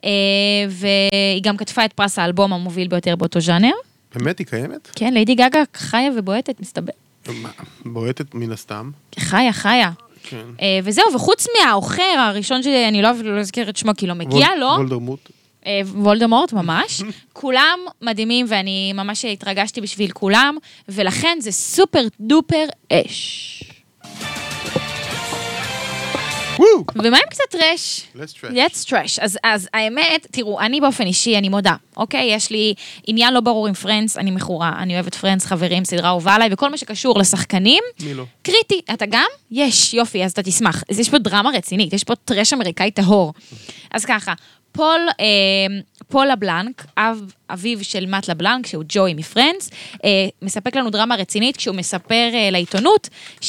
S2: והיא גם כתבה את פרס האלבום המוביל ביותר באותו ז'אנר.
S1: באמת היא קיימת?
S2: כן, ליידי גגה חיה ובועטת, מסתבר.
S1: בועטת מן הסתם.
S2: חיה, חיה.
S1: כן.
S2: וזהו, וחוץ מהאוחר הראשון שאני לא אזכיר את שמו, כי לא מגיע לו.
S1: וולדמורט.
S2: וולדמורט, ממש. כולם מדהימים, ואני ממש התרגשתי בשביל כולם, ולכן זה סופר דופר אש. ומה עם קצת טרש?
S1: Let's trash.
S2: Let's trash. אז, אז האמת, תראו, אני באופן אישי, אני מודה, אוקיי? יש לי עניין לא ברור עם פרנדס, אני מכורה, אני אוהבת פרנדס, חברים, סדרה אהובה עליי, וכל מה שקשור לשחקנים,
S1: מי לא?
S2: קריטי. אתה גם? יש, יופי, אז אתה תשמח. אז יש פה דרמה רצינית, יש פה טרש אמריקאי טהור. אז ככה, פול, אה, פול לבלנק, אב, אביו של מאט לבלנק, שהוא ג'וי מפרנדס, אה, מספק לנו דרמה רצינית, כשהוא מספר אה, לעיתונות,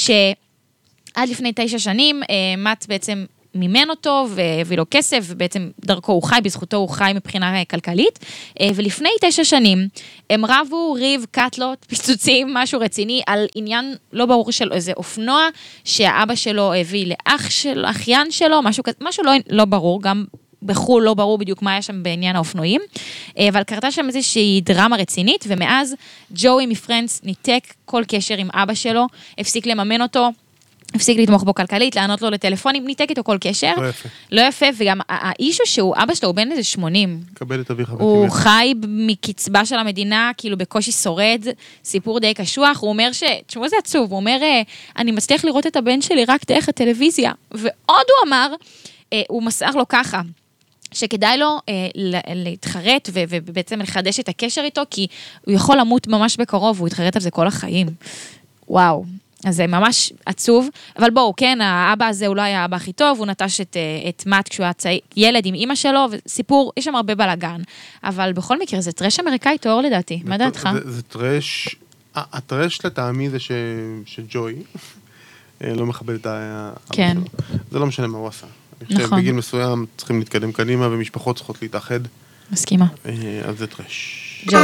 S2: שעד לפני תשע שנים, אה, מאט בעצם מימן אותו, והביא לו כסף, ובעצם דרכו הוא חי, בזכותו הוא חי מבחינה כלכלית, אה, ולפני תשע שנים, הם רבו, ריב, קטלות, פיצוצים, משהו רציני, על עניין לא ברור של איזה אופנוע, שהאבא שלו הביא לאח של, אחיין שלו, משהו, משהו לא, לא ברור, גם בחול לא ברור בדיוק מה היה שם בעניין האופנועים, אבל קרתה שם איזושהי דרמה רצינית, ומאז ג'וי מפרנדס ניתק כל קשר עם אבא שלו, הפסיק לממן אותו, הפסיק לתמוך בו כלכלית, לענות לו לטלפונים, ניתק איתו כל קשר.
S1: לא יפה.
S2: לא יפה, וגם האיש הוא שהוא, אבא שלו הוא בן איזה שמונים.
S1: קבל את אביך
S2: הוא
S1: ותימך.
S2: חי מקצבה של המדינה, כאילו בקושי שורד, סיפור די קשוח, הוא אומר ש... תשמעו זה עצוב, הוא אומר, אני מצליח לראות את הבן שלי רק דרך הטלוויזיה. ועוד הוא אמר, הוא מסר לו ככה, שכדאי לו אה, להתחרט ו- ובעצם לחדש את הקשר איתו, כי הוא יכול למות ממש בקרוב, והוא יתחרט על זה כל החיים. וואו, אז זה ממש עצוב, אבל בואו, כן, האבא הזה הוא לא היה האבא הכי טוב, הוא נטש את, את מאט כשהוא היה צעי, ילד עם אמא שלו, וסיפור, יש שם הרבה בלגן, אבל בכל מקרה, זה טרש אמריקאי טהור לדעתי, מה דעתך?
S1: זה, זה טרש, הטרש לטעמי זה ש, שג'וי לא מכבד את האבא
S2: כן.
S1: שלו. זה לא משנה מה הוא עשה. אני חושב,
S2: נכון.
S1: בגיל מסוים צריכים להתקדם קדימה, ומשפחות צריכות להתאחד.
S2: מסכימה.
S1: אז זה טרש.
S2: ג'וי.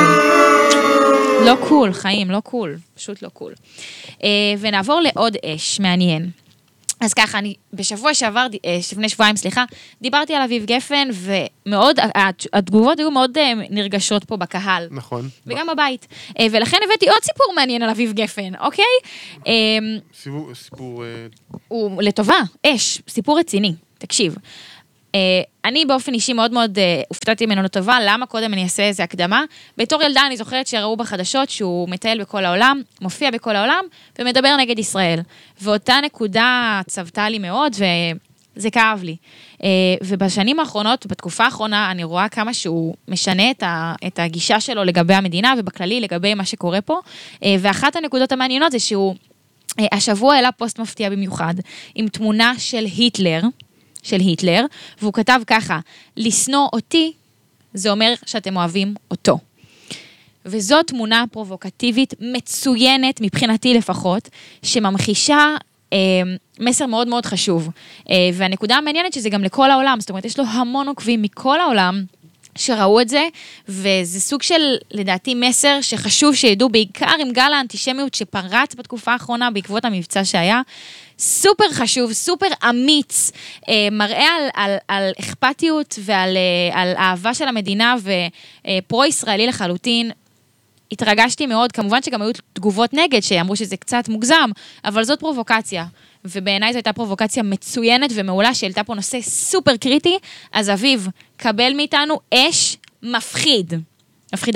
S2: לא קול, חיים, לא קול. פשוט לא קול. ונעבור לעוד אש, מעניין. אז ככה, אני בשבוע שעבר, לפני שבועיים, סליחה, דיברתי על אביב גפן, ומאוד, התגובות היו מאוד נרגשות פה בקהל.
S1: נכון.
S2: וגם בבית. ולכן הבאתי עוד סיפור מעניין על אביב גפן, אוקיי?
S1: סיפור, סיפור...
S2: הוא לטובה, אש, סיפור רציני. תקשיב. אני באופן אישי מאוד מאוד הופתעתי ממנו לטובה, למה קודם אני אעשה איזה הקדמה? בתור ילדה אני זוכרת שראו בחדשות שהוא מטייל בכל העולם, מופיע בכל העולם, ומדבר נגד ישראל. ואותה נקודה צבתה לי מאוד, וזה כאב לי. ובשנים האחרונות, בתקופה האחרונה, אני רואה כמה שהוא משנה את הגישה שלו לגבי המדינה, ובכללי לגבי מה שקורה פה. ואחת הנקודות המעניינות זה שהוא, השבוע העלה פוסט מפתיע במיוחד, עם תמונה של היטלר, של היטלר, והוא כתב ככה, לשנוא אותי, זה אומר שאתם אוהבים אותו. וזו תמונה פרובוקטיבית מצוינת, מבחינתי לפחות, שממחישה אה, מסר מאוד מאוד חשוב. אה, והנקודה המעניינת שזה גם לכל העולם, זאת אומרת, יש לו המון עוקבים מכל העולם, שראו את זה, וזה סוג של, לדעתי, מסר שחשוב שידעו, בעיקר עם גל האנטישמיות שפרץ בתקופה האחרונה, בעקבות המבצע שהיה, סופר חשוב, סופר אמיץ, אה, מראה על, על, על אכפתיות ועל אה, על אהבה של המדינה, ופרו-ישראלי לחלוטין. התרגשתי מאוד, כמובן שגם היו תגובות נגד, שאמרו שזה קצת מוגזם, אבל זאת פרובוקציה. ובעיניי זו הייתה פרובוקציה מצוינת ומעולה, שהעלתה פה נושא סופר קריטי, אז אביב, קבל מאיתנו אש מפחיד. מפחידה.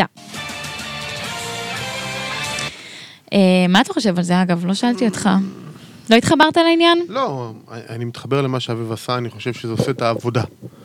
S2: מה אתה חושב על זה, אגב? לא שאלתי אותך. לא התחברת לעניין?
S1: לא, אני מתחבר למה שאביב עשה, אני חושב שזה עושה את העבודה.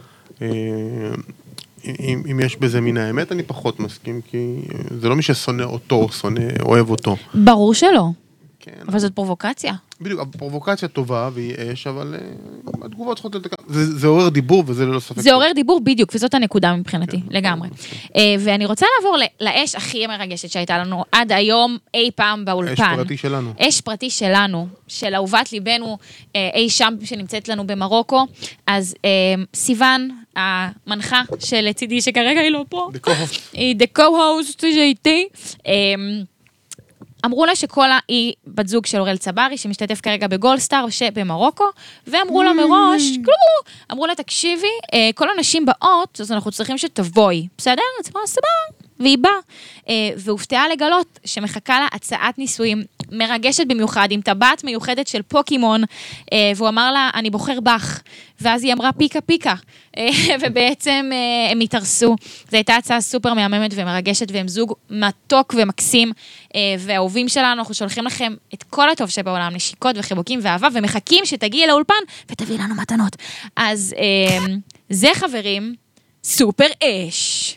S1: אם, אם יש בזה מן האמת, אני פחות מסכים, כי זה לא מי ששונא אותו, שונא, אוהב אותו.
S2: ברור שלא.
S1: כן.
S2: אבל זאת פרובוקציה.
S1: בדיוק, הפרובוקציה טובה והיא אש, אבל uh, התגובות צריכות לתקן. זה, זה עורר דיבור וזה לא ספק.
S2: זה עורר דיבור בדיוק, וזאת הנקודה מבחינתי, כן, לגמרי. כן. Uh, ואני רוצה לעבור לאש הכי מרגשת שהייתה לנו עד היום אי פעם באולפן.
S1: אש פרטי שלנו.
S2: אש פרטי שלנו, של אהובת ליבנו, uh, אי שם שנמצאת לנו במרוקו. אז uh, סיוון, המנחה שלצידי, שכרגע היא לא פה.
S1: The co-host.
S2: היא the co-host שאיתי. Uh, אמרו לה שקולה היא בת זוג של אורל צברי, שמשתתף כרגע בגולדסטאר שבמרוקו, ואמרו לה מראש, כלום, אמרו לה, תקשיבי, כל הנשים באות, אז אנחנו צריכים שתבואי, בסדר? אז אמרה, סבבה, והיא באה, והופתעה לגלות שמחכה לה הצעת נישואים מרגשת במיוחד, עם טבעת מיוחדת של פוקימון, והוא אמר לה, אני בוחר בך, ואז היא אמרה פיקה פיקה, ובעצם הם התארסו. זו הייתה הצעה סופר מהממת ומרגשת, והם זוג מתוק ומקסים, והאהובים שלנו, אנחנו שולחים לכם את כל הטוב שבעולם, נשיקות וחיבוקים ואהבה, ומחכים שתגיעי לאולפן, ותביא לנו מתנות. אז זה חברים, סופר אש.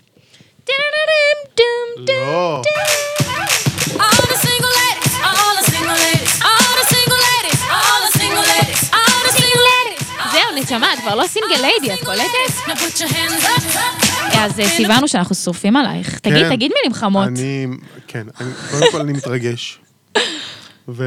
S1: לא.
S2: זהו, נשמה, את כבר לא סינגל ליידי, את קולטת? אז סיוונו שאנחנו שורפים עלייך. תגיד, תגיד מילים חמות.
S1: אני, כן, קודם כל אני מתרגש. ו...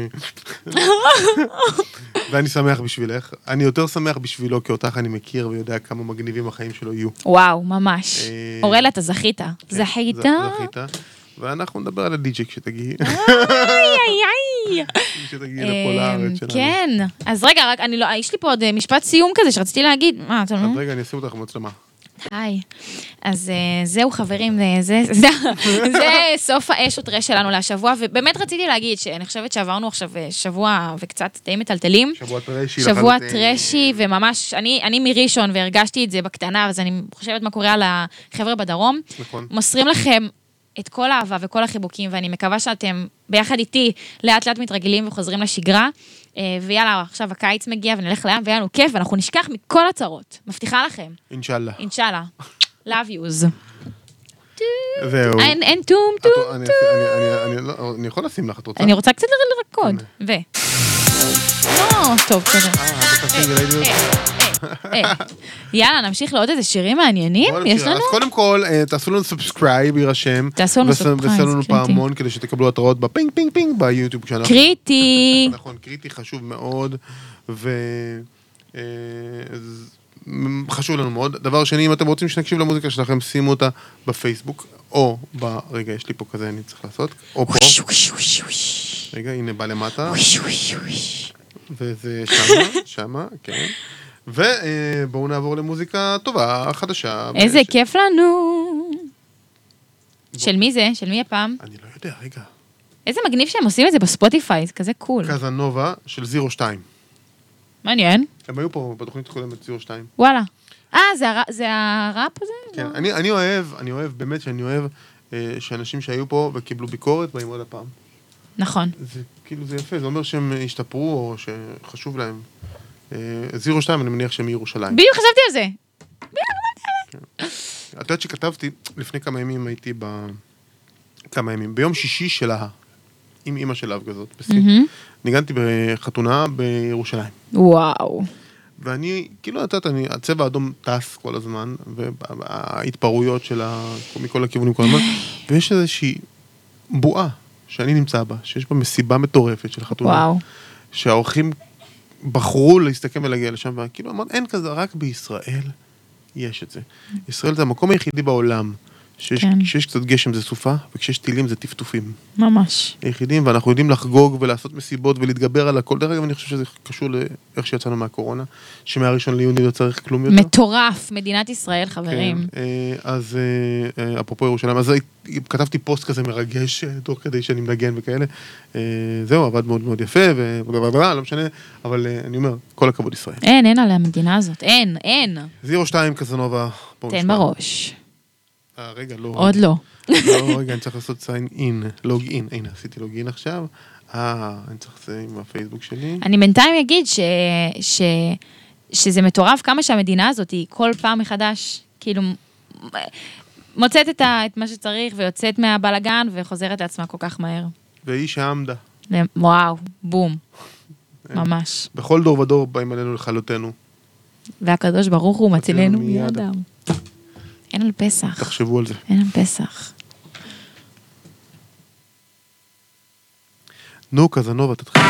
S1: ואני שמח בשבילך. אני יותר שמח בשבילו, כי אותך אני מכיר ויודע כמה מגניבים החיים שלו יהיו.
S2: וואו, ממש. אורלה, אתה זכית. זכית?
S1: זכית. ואנחנו נדבר על הדי-ג'יי כשתגיעי.
S2: איי, איי, איי.
S1: כשתגיעי לפה לארץ שלנו.
S2: כן. אז רגע, רק, אני לא, יש לי פה עוד משפט סיום כזה שרציתי להגיד. מה, אתה לא?
S1: אז רגע, אני אשים אותך במצלמה.
S2: היי. אז זהו חברים, זה סוף האש או טרש שלנו להשבוע, ובאמת רציתי להגיד שאני חושבת שעברנו עכשיו שבוע וקצת די מטלטלים.
S1: שבוע טרשי.
S2: שבוע טרשי, וממש, אני מראשון והרגשתי את זה בקטנה, אז אני חושבת מה קורה על החבר'ה בדרום.
S1: נכון.
S2: מוסרים לכם את כל האהבה וכל החיבוקים, ואני מקווה שאתם ביחד איתי לאט לאט מתרגלים וחוזרים לשגרה, ויאללה, עכשיו הקיץ מגיע ונלך לים, ויהיה לנו כיף, ואנחנו נשכח מכל הצרות. מבטיחה לכם.
S1: אינשאללה.
S2: אינשאללה. Love yous.
S1: זהו.
S2: אין טום טום
S1: טום. אני יכול לשים לך, את רוצה?
S2: אני רוצה קצת לרקוד. ו... לא, טוב, תודה.
S1: אה, את הסינגל ליידי.
S2: יאללה, נמשיך לעוד איזה שירים מעניינים, יש לנו?
S1: אז קודם כל, תעשו לנו סאבסקרייב, יירשם.
S2: תעשו לנו סאבסקרייב,
S1: וסעו לנו פעמון, כדי שתקבלו התראות בפינג פינג פינג ביוטיוב.
S2: קריטי.
S1: נכון, קריטי, חשוב מאוד, וחשוב לנו מאוד. דבר שני, אם אתם רוצים שנקשיב למוזיקה שלכם, שימו אותה בפייסבוק, או ברגע, יש לי פה כזה, אני צריך לעשות, או פה. רגע, הנה, בא למטה. וזה שמה, שמה, כן. ובואו נעבור למוזיקה טובה, חדשה.
S2: איזה כיף לנו. של מי זה? של מי הפעם?
S1: אני לא יודע, רגע.
S2: איזה מגניב שהם עושים את זה בספוטיפיי, זה כזה קול.
S1: קזנובה של זירו שתיים.
S2: מעניין.
S1: הם היו פה בתוכנית הקודמת זירו שתיים.
S2: וואלה. אה, זה הראפ הזה?
S1: כן, אני אוהב, אני אוהב, באמת שאני אוהב שאנשים שהיו פה וקיבלו ביקורת באים עוד הפעם.
S2: נכון.
S1: זה כאילו זה יפה, זה אומר שהם השתפרו או שחשוב להם. זירו שתיים, אני מניח שהם מירושלים.
S2: בדיוק חשבתי על זה.
S1: את יודעת שכתבתי, לפני כמה ימים הייתי ב... כמה ימים, ביום שישי שלה, עם אמא של אב כזאת, בסין. ניגנתי בחתונה בירושלים.
S2: וואו.
S1: ואני, כאילו, את יודעת, הצבע האדום טס כל הזמן, וההתפרעויות שלה, מכל הכיוונים כל הזמן, ויש איזושהי בועה שאני נמצא בה, שיש בה מסיבה מטורפת של חתונה.
S2: וואו.
S1: שהאורחים בחרו להסתכם ולהגיע לשם, וכאילו אמרת, אין כזה, רק בישראל יש את זה. ישראל זה המקום היחידי בעולם, שיש קצת גשם זה סופה, וכשיש טילים זה טפטופים.
S2: ממש.
S1: היחידים, ואנחנו יודעים לחגוג ולעשות מסיבות ולהתגבר על הכל. דרך אגב, אני חושב שזה קשור לאיך שיצאנו מהקורונה, שמהראשון ליוני לא צריך כלום יותר.
S2: מטורף, מדינת ישראל, חברים.
S1: כן, אז אפרופו ירושלים, אז כתבתי פוסט כזה מרגש, תוך כדי שאני מנגן וכאלה. זהו, עבד מאוד מאוד יפה, ולא משנה, אבל אני אומר, כל הכבוד ישראל.
S2: אין, אין על המדינה הזאת, אין, אין.
S1: זירו שתיים קזנובה.
S2: תן בראש.
S1: אה, רגע, לא.
S2: עוד לא.
S1: לא, רגע, אני צריך לעשות סיין אין, לוג אין. הנה, עשיתי לוג אין עכשיו. אה, אני צריך לעשות עם הפייסבוק שלי.
S2: אני בינתיים אגיד ש... ש... שזה מטורף כמה שהמדינה הזאת היא כל פעם מחדש, כאילו, מוצאת את, ה... את מה שצריך ויוצאת מהבלגן וחוזרת לעצמה כל כך מהר.
S1: והיא שעמדה.
S2: וואו, בום. ממש.
S1: בכל דור ודור באים עלינו לכלותנו.
S2: והקדוש ברוך הוא מצילנו מידם. אין על פסח.
S1: תחשבו על זה.
S2: אין על פסח.
S1: נו, קזנובה, תתחיל.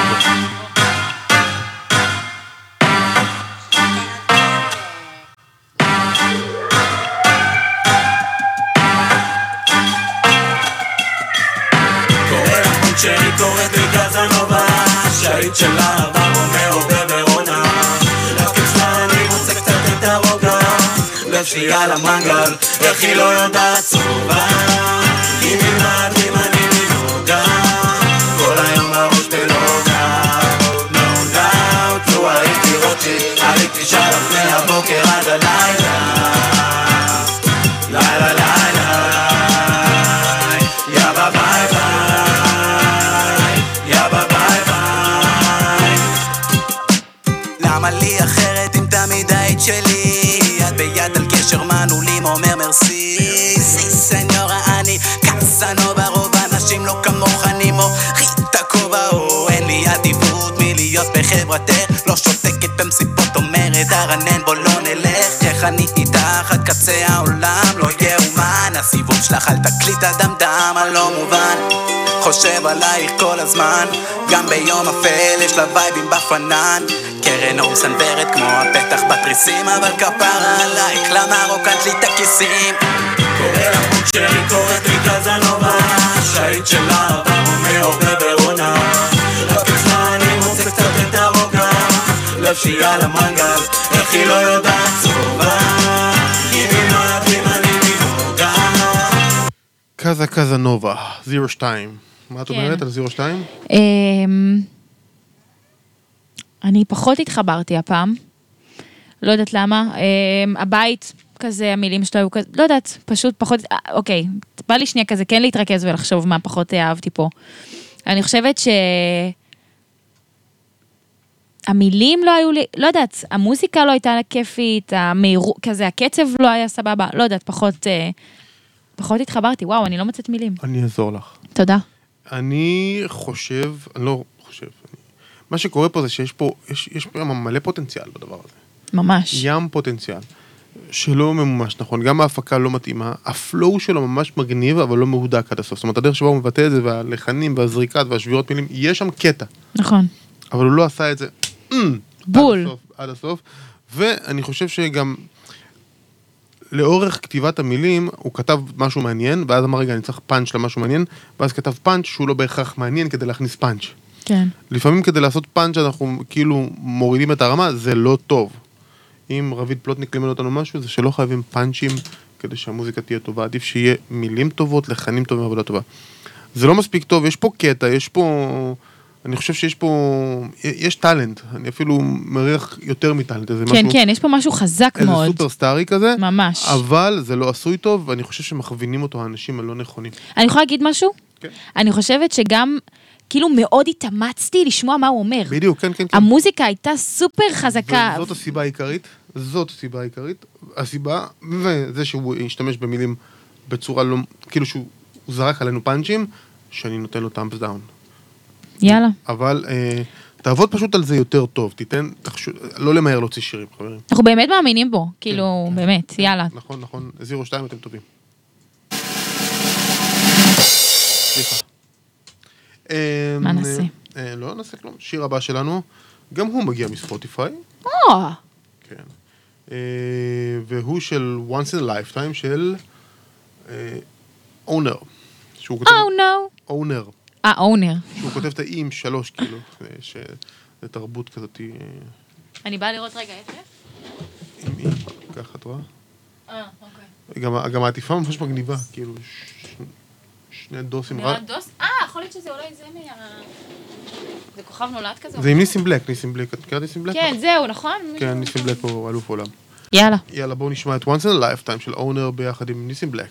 S5: קורא לחון שלי, קוראת לי קזנובה, שהיית שלה, ברומאו וברונה, להקים שלה אני מוצא קצת את הרוגע, לב שלי על המנגל, איך היא לא יודעת צובה, היא נמד אם אני מנוגע, כל היום למה לי אחרת אם תמיד היית שלי? יד ביד על קשר מנעולים אומר מרסי סי סניורה אני קסנובה רוב אנשים לא כמוך אני מוריד את הכובע או אין לי עדיפות מלהיות בחברתך לא שותקת במסיבות אומרת הרנן בוא לא נלך איך אני איתך עד קצה העולם לא יאומן הסיבוב שלך על תקליט הדם דם הלא מובן חושב עלייך כל הזמן גם ביום אפל יש לה וייבים בפנן קרן אור סנברת כמו הפתח בתריסים אבל כפרה עלייך למה רוקנת לי את הכיסים
S3: קורא לחוק שלי קוראת לי קזנובה שהיית שלה ברומאו וברונה רק אצלה אני מוצא קצת את הרוגע לב שהיא על המנגל איך היא לא יודעת צובה אם היא לא ידעים אני מנוגע
S1: קזה קזנובה, זירו שתיים. מה את אומרת על זירו שתיים?
S2: אני פחות התחברתי הפעם. לא יודעת למה. הבית כזה, המילים שלו היו כזה, לא יודעת, פשוט פחות, אוקיי, בא לי שנייה כזה, כן להתרכז ולחשוב מה פחות אהבתי פה. אני חושבת ש... המילים לא היו לי, לא יודעת, המוזיקה לא הייתה כיפית, המהירות, כזה, הקצב לא היה סבבה, לא יודעת, פחות, פחות התחברתי, וואו, אני לא מצאת מילים.
S1: אני אעזור לך.
S2: תודה.
S1: אני חושב, אני לא חושב, אני, מה שקורה פה זה שיש פה, יש, יש פה מלא פוטנציאל בדבר הזה.
S2: ממש.
S1: ים פוטנציאל, שלא ממש נכון, גם ההפקה לא מתאימה, הפלואו שלו ממש מגניב, אבל לא מהודק עד הסוף. זאת אומרת, הדרך שבה הוא מבטא את זה, והלחנים, והזריקת, והשבירות מילים, יש שם קטע.
S2: נכון.
S1: אבל הוא לא עשה את זה,
S2: בול.
S1: עד הסוף, עד הסוף. ואני חושב שגם, לאורך כתיבת המילים, הוא כתב משהו מעניין, ואז אמר, רגע, אני צריך פאנץ' למשהו מעניין, ואז כתב פאנץ' שהוא לא בהכרח מעניין כדי להכניס פאנץ'.
S2: כן.
S1: לפעמים כדי לעשות פאנץ' אנחנו כאילו מורידים את הרמה, זה לא טוב. אם רביד פלוטניק לימד אותנו משהו, זה שלא חייבים פאנצ'ים כדי שהמוזיקה תהיה טובה, עדיף שיהיה מילים טובות, לחנים טובים, עבודה טובה. זה לא מספיק טוב, יש פה קטע, יש פה... אני חושב שיש פה... יש טלנט, אני אפילו מריח יותר מטלנט. כן,
S2: משהו, כן, יש פה משהו חזק
S1: איזה
S2: מאוד.
S1: איזה סופרסטארי כזה.
S2: ממש.
S1: אבל זה לא עשוי טוב, ואני חושב שמכווינים אותו האנשים הלא נכונים.
S2: אני יכולה להגיד משהו?
S1: כן.
S2: אני חושבת שגם... כאילו מאוד התאמצתי לשמוע מה הוא אומר.
S1: בדיוק, כן, כן, כן.
S2: המוזיקה הייתה סופר חזקה.
S1: וזאת הסיבה העיקרית, זאת הסיבה העיקרית, הסיבה, וזה שהוא ישתמש במילים בצורה לא, כאילו שהוא זרק עלינו פאנצ'ים, שאני נותן לו טאמפס דאון.
S2: יאללה.
S1: אבל אה, תעבוד פשוט על זה יותר טוב, תיתן, תחשו, לא למהר להוציא שירים, חברים.
S2: אנחנו באמת מאמינים בו, כאילו,
S1: כן,
S2: באמת,
S1: כן,
S2: יאללה.
S1: נכון, נכון, זירו שתיים אתם טובים. סליחה.
S2: מה נעשה?
S1: לא נעשה כלום. שיר הבא שלנו, גם הוא מגיע מספוטיפיי.
S2: או!
S1: כן. והוא של Once in a Lifetime של אונר.
S2: Oh no.
S1: אונר.
S2: אה, אונר.
S1: שהוא כותב את האי עם שלוש, כאילו, שזה תרבות כזאת.
S2: אני באה לראות רגע, איך?
S1: עם אי, ככה, את רואה?
S2: אה, אוקיי.
S1: גם העטיפה ממש מגניבה, כאילו, שני דוסים.
S2: נראה דוס? אה, יכול להיות שזה אולי זה מה... זה כוכב נולד כזה?
S1: זה עם ניסים בלק, ניסים בלק. את מכירת ניסים בלק?
S2: כן, זהו, נכון?
S1: כן, ניסים בלק הוא אלוף עולם.
S2: יאללה.
S1: יאללה, בואו נשמע את Once in a Lifetime של אונר ביחד עם ניסים בלק.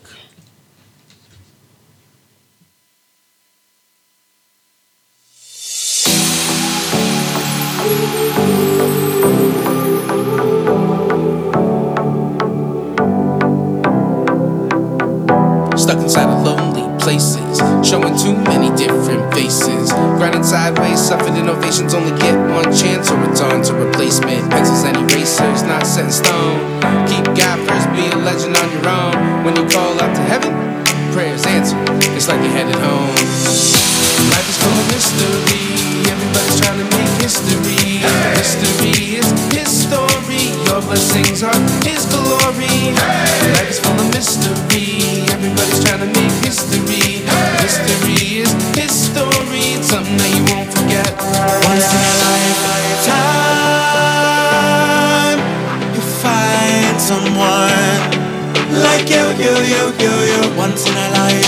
S6: Stuck inside of lonely places, showing too many different faces. Grinding sideways, suffered innovations, only get one chance or it's on to replacement. Pencils and erasers, not set in stone. Keep God first, be a legend on your own. When you call out to heaven, prayers answer, it's like you're headed home. Life is full of mystery, everybody's trying to make history. History is his story, your blessings are his glory. Life is full of mystery, everybody's trying to make history. History is his story, it's something that you won't forget. Once in a lifetime, you find someone like you, you, you, you, you. Once in a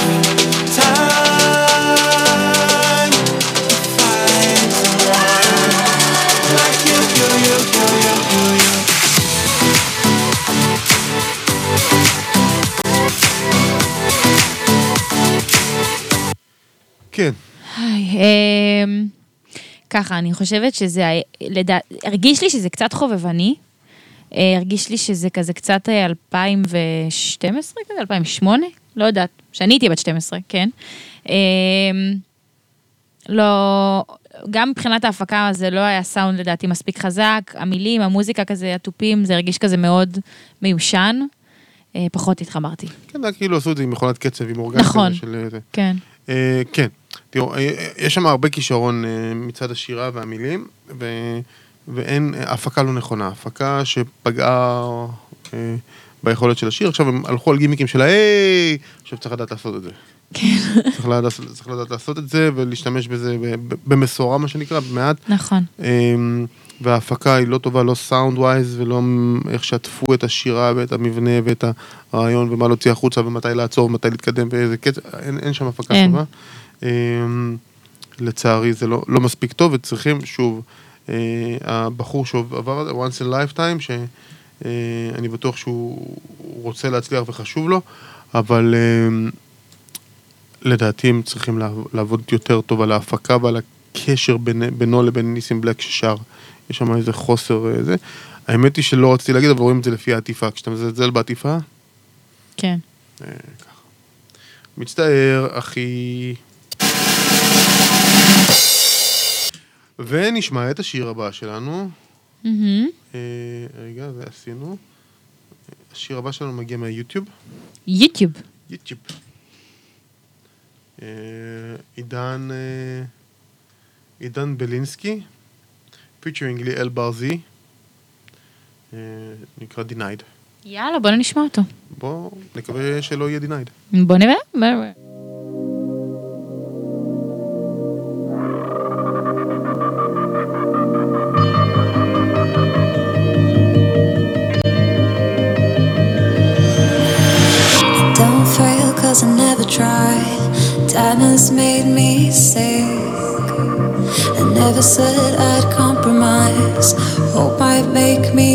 S6: lifetime, you find someone like you, you, you, you, you, you, you.
S1: כן.
S2: ככה, אני חושבת שזה, לדע... הרגיש לי שזה קצת חובבני, הרגיש לי שזה כזה קצת אלפיים ושתים עשרה, כזה, אלפיים ושמונה, לא יודעת, שאני הייתי בת שתים עשרה, כן. לא, גם מבחינת ההפקה זה לא היה סאונד לדעתי מספיק חזק, המילים, המוזיקה כזה, הטופים, זה הרגיש כזה מאוד מיושן, פחות התחברתי.
S1: כן, זה כאילו עשו את זה עם מכונת קצב, עם אורגן
S2: נכון,
S1: של...
S2: כן.
S1: כן, תראו, יש שם הרבה כישרון מצד השירה והמילים, ו... ואין, הפקה לא נכונה, הפקה שפגעה אה, ביכולת של השיר, עכשיו הם הלכו על גימיקים של היי, עכשיו צריך לדעת לעשות את זה.
S2: כן.
S1: צריך לדעת, צריך לדעת לעשות את זה, ולהשתמש בזה במסורה, מה שנקרא, במעט.
S2: נכון.
S1: אה, וההפקה היא לא טובה, לא סאונד ווייז, ולא איך שעטפו את השירה, ואת המבנה, ואת הרעיון, ומה להוציא החוצה, ומתי לעצור, ומתי להתקדם, ואיזה קצע, אין, אין שם הפקה
S2: אין.
S1: טובה. אה, לצערי זה לא, לא מספיק טוב, וצריכים שוב, Uh, הבחור שעבר once in a lifetime, שאני uh, בטוח שהוא רוצה להצליח וחשוב לו, אבל uh, לדעתי הם צריכים לעבוד יותר טוב על ההפקה ועל הקשר בין, בינו לבין ניסים בלק ששר. יש שם איזה חוסר uh, זה. האמת היא שלא רציתי להגיד, אבל רואים את זה לפי העטיפה. כשאתה מזלזל בעטיפה?
S2: כן.
S1: Uh, ככה. מצטער, אחי... ונשמע את השיר הבא שלנו. רגע, זה עשינו. השיר הבא שלנו מגיע מהיוטיוב.
S2: יוטיוב.
S1: יוטיוב. עידן, עידן בלינסקי, פיצ'רינג ליאל ברזי, נקרא Denied.
S2: יאללה, בוא נשמע אותו.
S1: בוא, נקווה שלא יהיה Denied.
S2: בוא נראה, בוא נראה.
S7: Cause I never tried. Time has made me sick. I never said I'd compromise. Hope might make me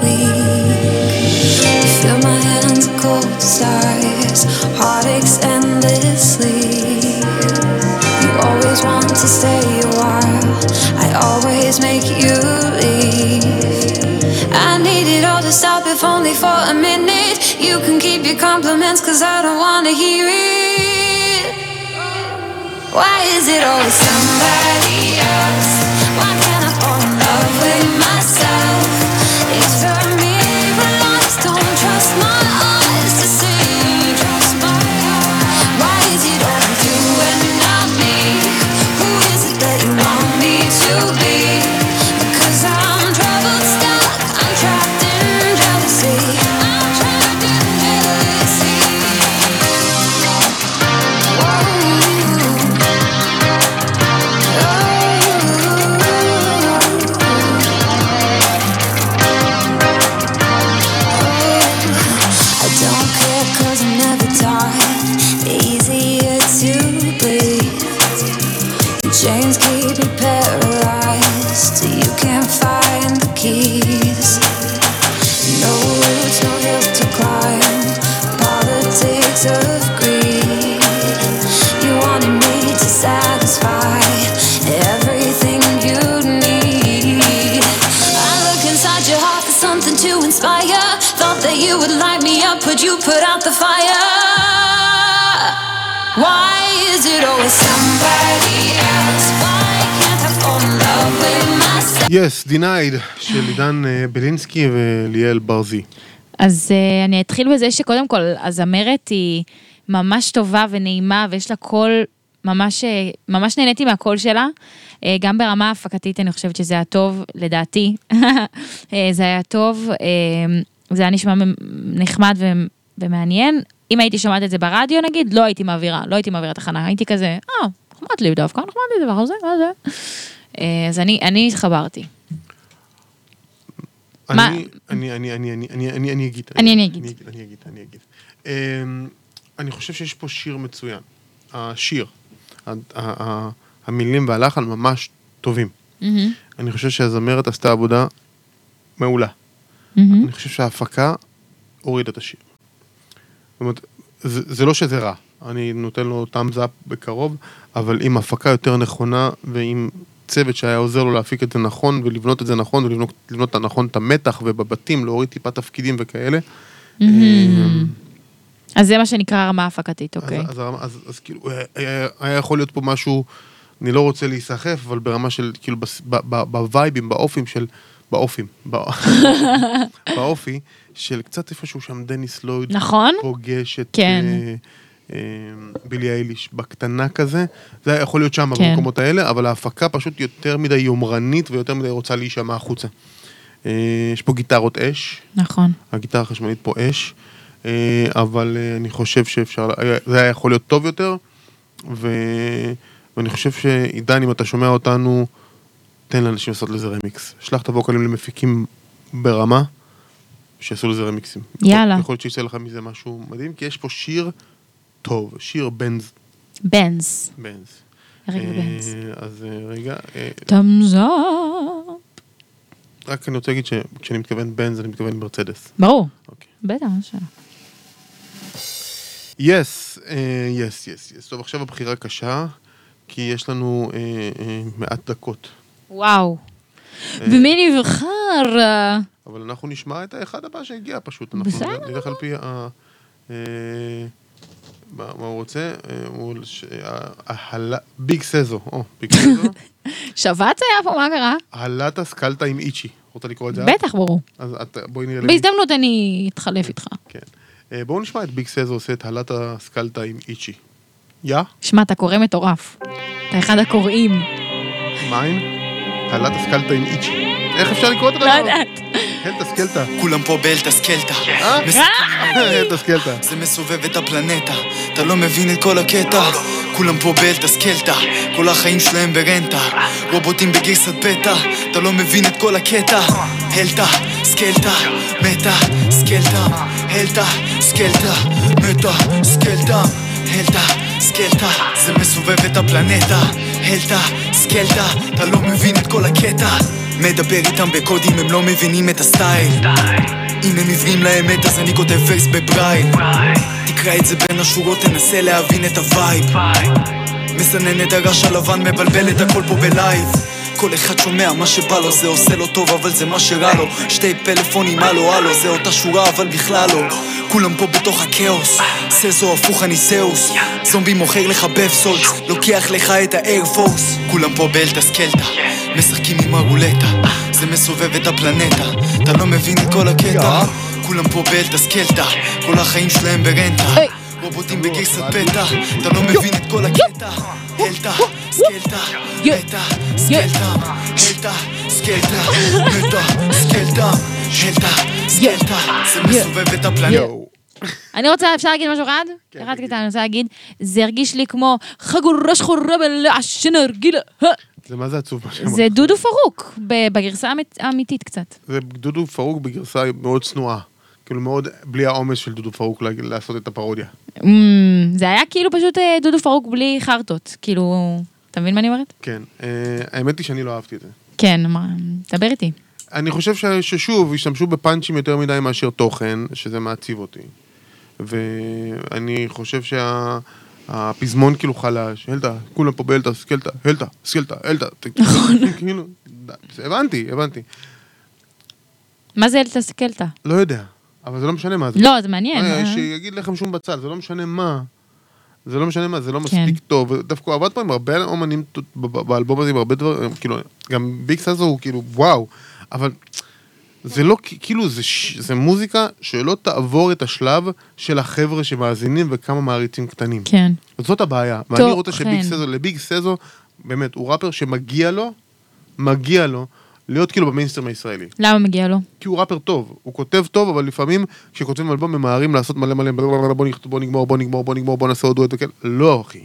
S7: weak. You feel my hands are cold as ice. Heartaches endlessly. You always want to stay a while. I always make you leave. I need it all to stop if only for a minute. You can keep your compliments cause I don't wanna hear it. Why is it always somebody else? Why can't I fall in love with myself? It's for me, but I just don't trust my eyes to see. Trust my heart. Why is it always you and not me? Who is it that you want me to be? Because I'm troubled, stuck, I'm trapped in jealousy. I'm trapped in jealousy. I don't care cause I'm never tired. Easier to breathe. Chains keep me paralyzed. You can't find the keys. No roots, no hills to climb. Politics of greed. You wanted me to satisfy everything you need. I look inside your heart for something to inspire. Thought that you would light me up, but you put out the fire. Why is it always somebody else? Why can't I fall in love with myself?
S1: Yes, Denied, של עידן בלינסקי וליאל ברזי.
S2: אז uh, אני אתחיל בזה שקודם כל, הזמרת היא ממש טובה ונעימה, ויש לה קול, ממש, ממש נהניתי מהקול שלה, uh, גם ברמה ההפקתית אני חושבת שזה היה טוב, לדעתי, uh, זה היה טוב, uh, זה היה נשמע נחמד ו- ומעניין, אם הייתי שומעת את זה ברדיו נגיד, לא הייתי מעבירה, לא הייתי מעבירה תחנה, הייתי כזה, אה, נחמד לי דווקא, נחמד לי דבר הזה, מה זה? Uh, אז אני, אני התחברתי.
S1: אני, אני, אני, אני, אני, אני, אני, אני אגיד.
S2: אני, אני אגיד.
S1: אני אגיד, אני אגיד. אני חושב שיש פה שיר מצוין. השיר, המילים והלחן ממש טובים. אני חושב שהזמרת עשתה עבודה מעולה. אני חושב שההפקה הורידה את השיר. זאת אומרת, זה לא שזה רע. אני נותן לו thumbs up בקרוב, אבל עם הפקה יותר נכונה ועם צוות שהיה עוזר לו להפיק את זה נכון, ולבנות את זה נכון, ולבנות נכון את המתח, ובבתים, להוריד טיפה תפקידים וכאלה.
S2: אז זה מה שנקרא רמה הפקתית, אוקיי.
S1: אז, אז, אז, אז כאילו, היה, היה יכול להיות פה משהו, אני לא רוצה להיסחף, אבל ברמה של, כאילו, בווייבים, באופים של, באופים, באופי, של קצת איפשהו שם דניס לויד,
S2: נכון?
S1: פוגש את
S2: כן.
S1: בילי אייליש בקטנה כזה, זה היה יכול להיות שם במקומות האלה, אבל ההפקה פשוט יותר מדי יומרנית, ויותר מדי רוצה להישמע החוצה. יש פה גיטרות אש.
S2: נכון.
S1: הגיטרה החשמלית פה אש. אבל אני חושב שאפשר, זה היה יכול להיות טוב יותר, ו... ואני חושב שעידן, אם אתה שומע אותנו, תן לאנשים לעשות לזה רמיקס. שלח את הווקלים למפיקים ברמה, שיעשו לזה רמיקסים.
S2: יאללה.
S1: יכול להיות שיצא לך מזה משהו מדהים, כי יש פה שיר טוב, שיר בנז.
S2: בנז.
S1: בנז.
S2: רגע בנז.
S1: אז רגע.
S2: תמזר.
S1: רק אני רוצה להגיד שכשאני מתכוון בנז, אני מתכוון מרצדס.
S2: ברור.
S1: אוקיי.
S2: בטח, משהו.
S1: יס, יס, יס, יס. טוב, עכשיו הבחירה קשה, כי יש לנו מעט דקות.
S2: וואו. ומי נבחר?
S1: אבל אנחנו נשמע את האחד הבא שהגיע פשוט.
S2: בסדר.
S1: אנחנו נלך על פי ה... מה הוא רוצה? הוא... ביג סזו. או, ביג סזו.
S2: שבץ היה פה, מה קרה?
S1: הלטה סקלטה עם איצ'י. רוצה לקרוא את זה?
S2: בטח, ברור.
S1: אז בואי נראה...
S2: בהזדמנות אני אתחלף איתך.
S1: כן. בואו נשמע את ביג סזו עושה את הלטה סקלטה עם איצ'י. יא?
S2: שמע, אתה קורא מטורף. אתה אחד הקוראים.
S1: מיין? הלטה סקלטה עם איצ'י. איך אפשר לקרוא את הדבר?
S2: לא יודעת.
S1: הלטה סקלטה.
S5: כולם פה באלטה סקלטה.
S1: הלטה סקלטה.
S5: זה מסובב את הפלנטה, אתה לא מבין את כל הקטע. כולם פה באלטה סקלטה, כל החיים שלהם ברנטה. רובוטים בגרסת בטא, אתה לא מבין את כל הקטע. הלטה סקלטה, מטה סקלטה. הלטה סקלטה, מטה סקלטה. הלטה סקלטה, זה מסובב את הפלנטה. הלטה סקלטה, אתה לא מבין את כל הקטע. מדבר איתם בקודים, הם לא מבינים את הסטייל. אם הם עיוורים לאמת אז אני כותב ורס בברייל. תקרא את זה בין השורות, תנסה להבין את הווייב. מסנן את הרש הלבן, מבלבל את הכל פה בלייב. כל אחד שומע מה שבא לו, זה עושה לו טוב אבל זה מה שרע לו. שתי פלאפונים הלו הלו, זה אותה שורה אבל בכלל לא. כולם פה בתוך הכאוס, סזו הפוך אני זהוס. זומבי מוכר לך בפסולט, לוקח לך את האיירפורס. כולם פה באלטה סקלטה, משחקים עם הרולטה. זה מסובב את הפלנטה, אתה לא מבין את כל הקטע. כולם פה באלטה סקלטה, כל החיים שלהם ברנטה. רובוטים בגרסת בטא, אתה לא מבין את כל הקטע. הלטה סקלטה, מטה סקלטה. הלטה סקלטה, מטה סקלטה. הלטה סקלטה, זה מסובב את הפלנטה.
S2: אני רוצה, אפשר להגיד משהו אחד? אחד קטן, אני רוצה להגיד, זה הרגיש לי כמו חגורה שחורה בלעשן הרגילה.
S1: זה מה זה עצוב מה שאמרת?
S2: זה דודו פרוק, בגרסה האמיתית קצת.
S1: זה דודו פרוק בגרסה מאוד צנועה. כאילו מאוד בלי העומס של דודו פרוק לעשות את הפרודיה.
S2: זה היה כאילו פשוט דודו פרוק בלי חרטות. כאילו, אתה מבין מה אני אומרת?
S1: כן. האמת היא שאני לא אהבתי את זה.
S2: כן, דבר איתי.
S1: אני חושב ששוב, השתמשו בפאנצ'ים יותר מדי מאשר תוכן, שזה מעציב אותי. ואני חושב שהפזמון כאילו חלש, הלטה, כולם פה באלטה, סקלטה, הלטה, סקלטה, הלטה. כאילו, הבנתי, הבנתי.
S2: מה זה הלטה סקלטה?
S1: לא יודע, אבל זה לא משנה מה זה.
S2: לא, זה מעניין.
S1: שיגיד לכם שום בצל, זה לא משנה מה. זה לא משנה מה, זה לא מספיק טוב. דווקא עבד פה עם הרבה אומנים באלבום הזה, עם הרבה דברים, כאילו, גם ביג סזו הוא כאילו, וואו. אבל זה לא, כאילו, זה, זה מוזיקה שלא תעבור את השלב של החבר'ה שמאזינים וכמה מעריצים קטנים.
S2: כן.
S1: זאת הבעיה. ואני רוצה שביג סזו, לביג סזו, באמת, הוא ראפר שמגיע לו, מגיע לו, להיות כאילו במיינסטרים הישראלי.
S2: למה מגיע לו?
S1: כי הוא ראפר טוב. הוא כותב טוב, אבל לפעמים, כשכותבים אלבום, ממהרים לעשות מלא מלא, בוא נגמור, בוא נגמור, בוא נגמור, בוא נעשה עוד דואט וכאלה. לא, אחי.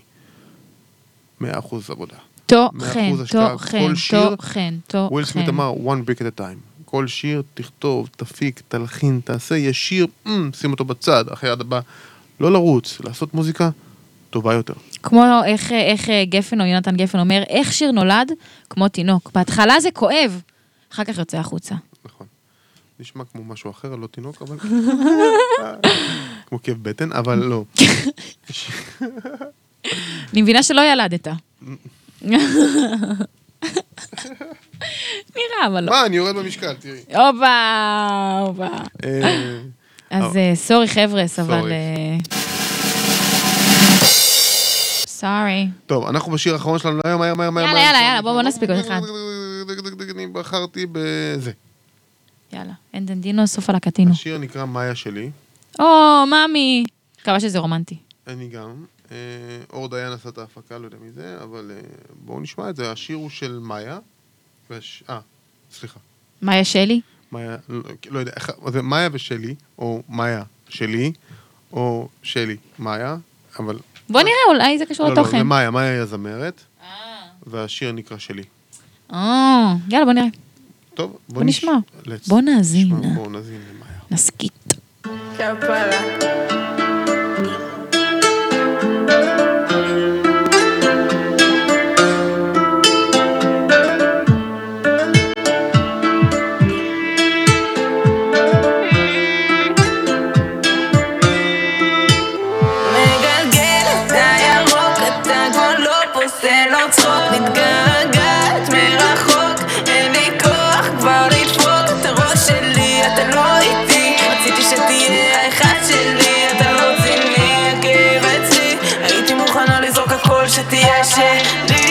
S1: מאה אחוז עבודה.
S2: תוכן, תוכן, תוכן, תוכן.
S1: וויל סמית אמר, one brick at a time. כל שיר, תכתוב, תפיק, תלחין, תעשה, יש שיר, שים אותו בצד, אחרי עד הבא. לא לרוץ, לעשות מוזיקה טובה יותר.
S2: כמו איך, איך גפן או יונתן גפן אומר, איך שיר נולד כמו תינוק. בהתחלה זה כואב, אחר כך יוצא החוצה.
S1: נכון. נשמע כמו משהו אחר, לא תינוק, אבל... כמו כאב בטן, אבל לא.
S2: אני מבינה שלא ילדת. נראה, אבל לא.
S1: מה, אני יורד במשקל, תראי.
S2: הופה, הופה.
S1: אה,
S2: אז אה, סורי חבר'ס, אבל...
S1: סורי.
S2: אה, סורי.
S1: טוב, אנחנו בשיר האחרון שלנו להיום, מהר, מהר, מהר.
S2: יאללה,
S1: מהר.
S2: יאללה, יאללה, בוא, בוא נספיק עוד אחד.
S1: אני בחרתי בזה.
S2: יאללה, אנדנדינו, סוף על הקטינו.
S1: השיר נקרא מאיה שלי.
S2: או, ממי. מקווה שזה רומנטי.
S1: אני גם. אה, אור דיין עשה את ההפקה, לא יודע מי זה, אבל אה, בואו נשמע את זה. השיר הוא של מאיה. וש... אה, סליחה.
S2: מאיה שלי?
S1: מאיה, לא, לא יודע, איך- זה מאיה ושלי, או מאיה שלי, או שלי, מאיה, אבל...
S2: בוא נראה, אולי זה קשור
S1: לא, לא,
S2: לתוכן.
S1: זה מאיה, מאיה היא הזמרת, והשיר נקרא שלי.
S2: אה, יאללה, בוא נראה.
S1: טוב,
S2: בוא נשמע.
S1: נש- let's-
S2: בוא נאזין.
S1: נשמע, בואו נאזין למאיה.
S2: נסכית.
S7: מגלגל את הירוק, אתה כבר לא פוסל עוד צחוק, מתגעגעת מרחוק, אין לי כוח כבר לדפוק את הראש שלי, אתה לא איתי, רציתי שתהיה האחד שלי, אתה לא ציני, הכאב אצלי, הייתי מוכנה לזרוק הכל שתהיה שלי.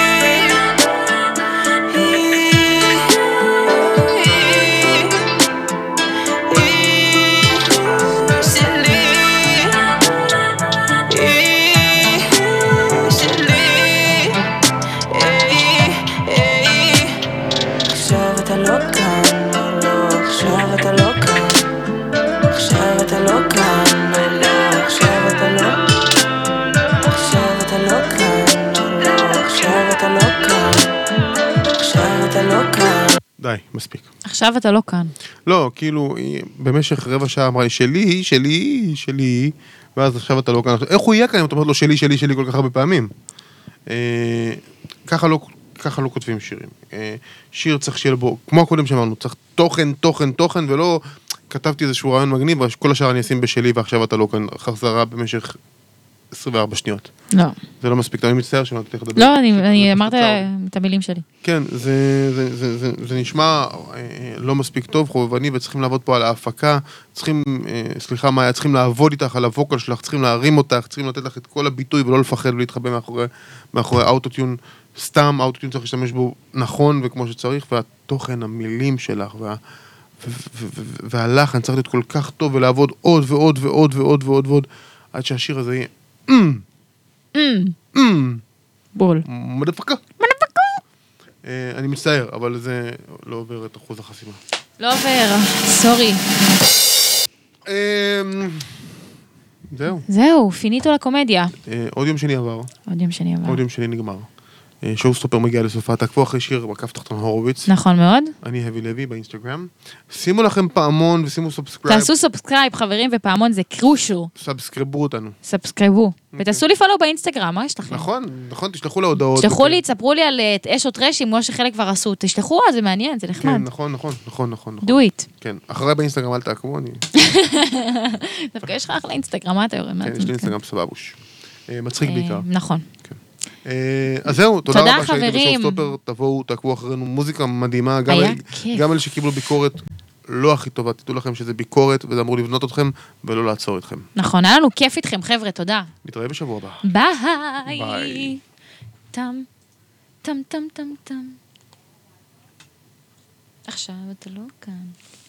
S7: עכשיו אתה לא כאן, לא, עכשיו אתה לא כאן, עכשיו אתה לא כאן, לא, עכשיו אתה לא, עכשיו אתה לא כאן, לא, עכשיו אתה לא כאן, עכשיו אתה לא כאן.
S1: די, מספיק.
S2: עכשיו אתה לא כאן.
S1: לא, כאילו, היא במשך רבע שעה אמרה לי, שלי, שלי, שלי, ואז עכשיו אתה לא כאן. איך הוא יהיה כאן אם אתה אומר לו שלי, שלי, שלי כל כך הרבה פעמים? אה, ככה לא... ככה לא כותבים שירים. אה, שיר צריך שיהיה בו, כמו הקודם שאמרנו, צריך תוכן, תוכן, תוכן, ולא כתבתי איזשהו רעיון מגניב, וכל השאר אני אשים בשלי, ועכשיו אתה לא כאן חזרה במשך עשרים וארבע שניות.
S2: לא.
S1: זה לא מספיק, אני מצטער שלא נתתי לך לדבר.
S2: לא, אני-
S1: זה
S2: אני
S1: פשוט
S2: אמרת
S1: קצר.
S2: את המילים שלי.
S1: כן, זה, זה, זה, זה, זה נשמע אה, לא מספיק טוב, חובבני, וצריכים לעבוד פה על ההפקה, צריכים, אה, סליחה, מה היה, צריכים לעבוד איתך על הווקל שלך, צריכים להרים אותך, צריכים לתת לך את כל הביטוי ולא לפחד ולהתחבא מאחורי, מאחורי אוטוטיון, סתם אוטוטיון צריך להשתמש בו נכון וכמו שצריך, והתוכן, המילים שלך, וה, ו, ו, ו, ו, והלחן צריך להיות כל כך טוב ולעבוד עוד ועוד ועוד ועוד ועוד ועוד, עד שהשיר הזה יהיה, אמ, אמ,
S2: בול.
S1: מדפקה. אה, אני מצטער, אבל זה לא עובר את אחוז החסימה.
S2: לא עובר, סורי.
S1: אה, זהו.
S2: זהו, פיניטו לקומדיה.
S1: אה, עוד יום שני עבר,
S2: עוד יום שני הבא.
S1: עוד יום שני נגמר. אה, שואו סטופר מגיע לסופה, תעקבו אחרי שיר מקף תחתון הורוביץ.
S2: נכון מאוד.
S1: אני הבי לוי באינסטגרם. שימו לכם פעמון ושימו סאבסקרייב.
S2: תעשו סאבסקרייב, חברים, ופעמון זה קרושל.
S1: סאבסקריבו אותנו.
S2: סאבסקריבו. ותעשו לי פולו באינסטגרם, מה יש לכם?
S1: נכון, נכון, תשלחו להודעות.
S2: תשלחו
S1: וכן.
S2: לי, תספרו לי על אה, אש או טרש, כמו שחלק כבר עשו. תשלחו, זה מעניין, זה נחמד.
S1: כן, נכון, נכון, נכון, נכון. נכון.
S2: do it.
S1: כן, אחריי באינסטגרם אל תעקבו, אני...
S2: דווקא יש לך אחלה אינסטגרם, מה אתה יורד? מה
S1: כן,
S2: אתה
S1: יש לי
S2: מתכוון?
S1: אינסטגרם סבבוש. אה, מצחיק
S2: אה,
S1: בעיקר.
S2: נכון.
S1: אה, אז זהו, תודה
S2: תודה,
S1: רבה שהייתם
S2: חברים.
S1: בשואו סטופר, תבואו, תעקבו אחרינו, מוזיקה מדהימה, גם
S2: היה
S1: אל-
S2: כיף.
S1: גם אלה שקיבלו ביקורת לא הכי טובה, תדעו לכם שזה ביקורת, וזה אמור לבנות אתכם, ולא לעצור אתכם.
S2: נכון, היה לנו כיף איתכם, חבר'ה, תודה.
S1: נתראה בשבוע הבא.
S2: ביי.
S1: ביי.
S2: טם, טם, טם, טם, טם. עכשיו אתה לא כאן.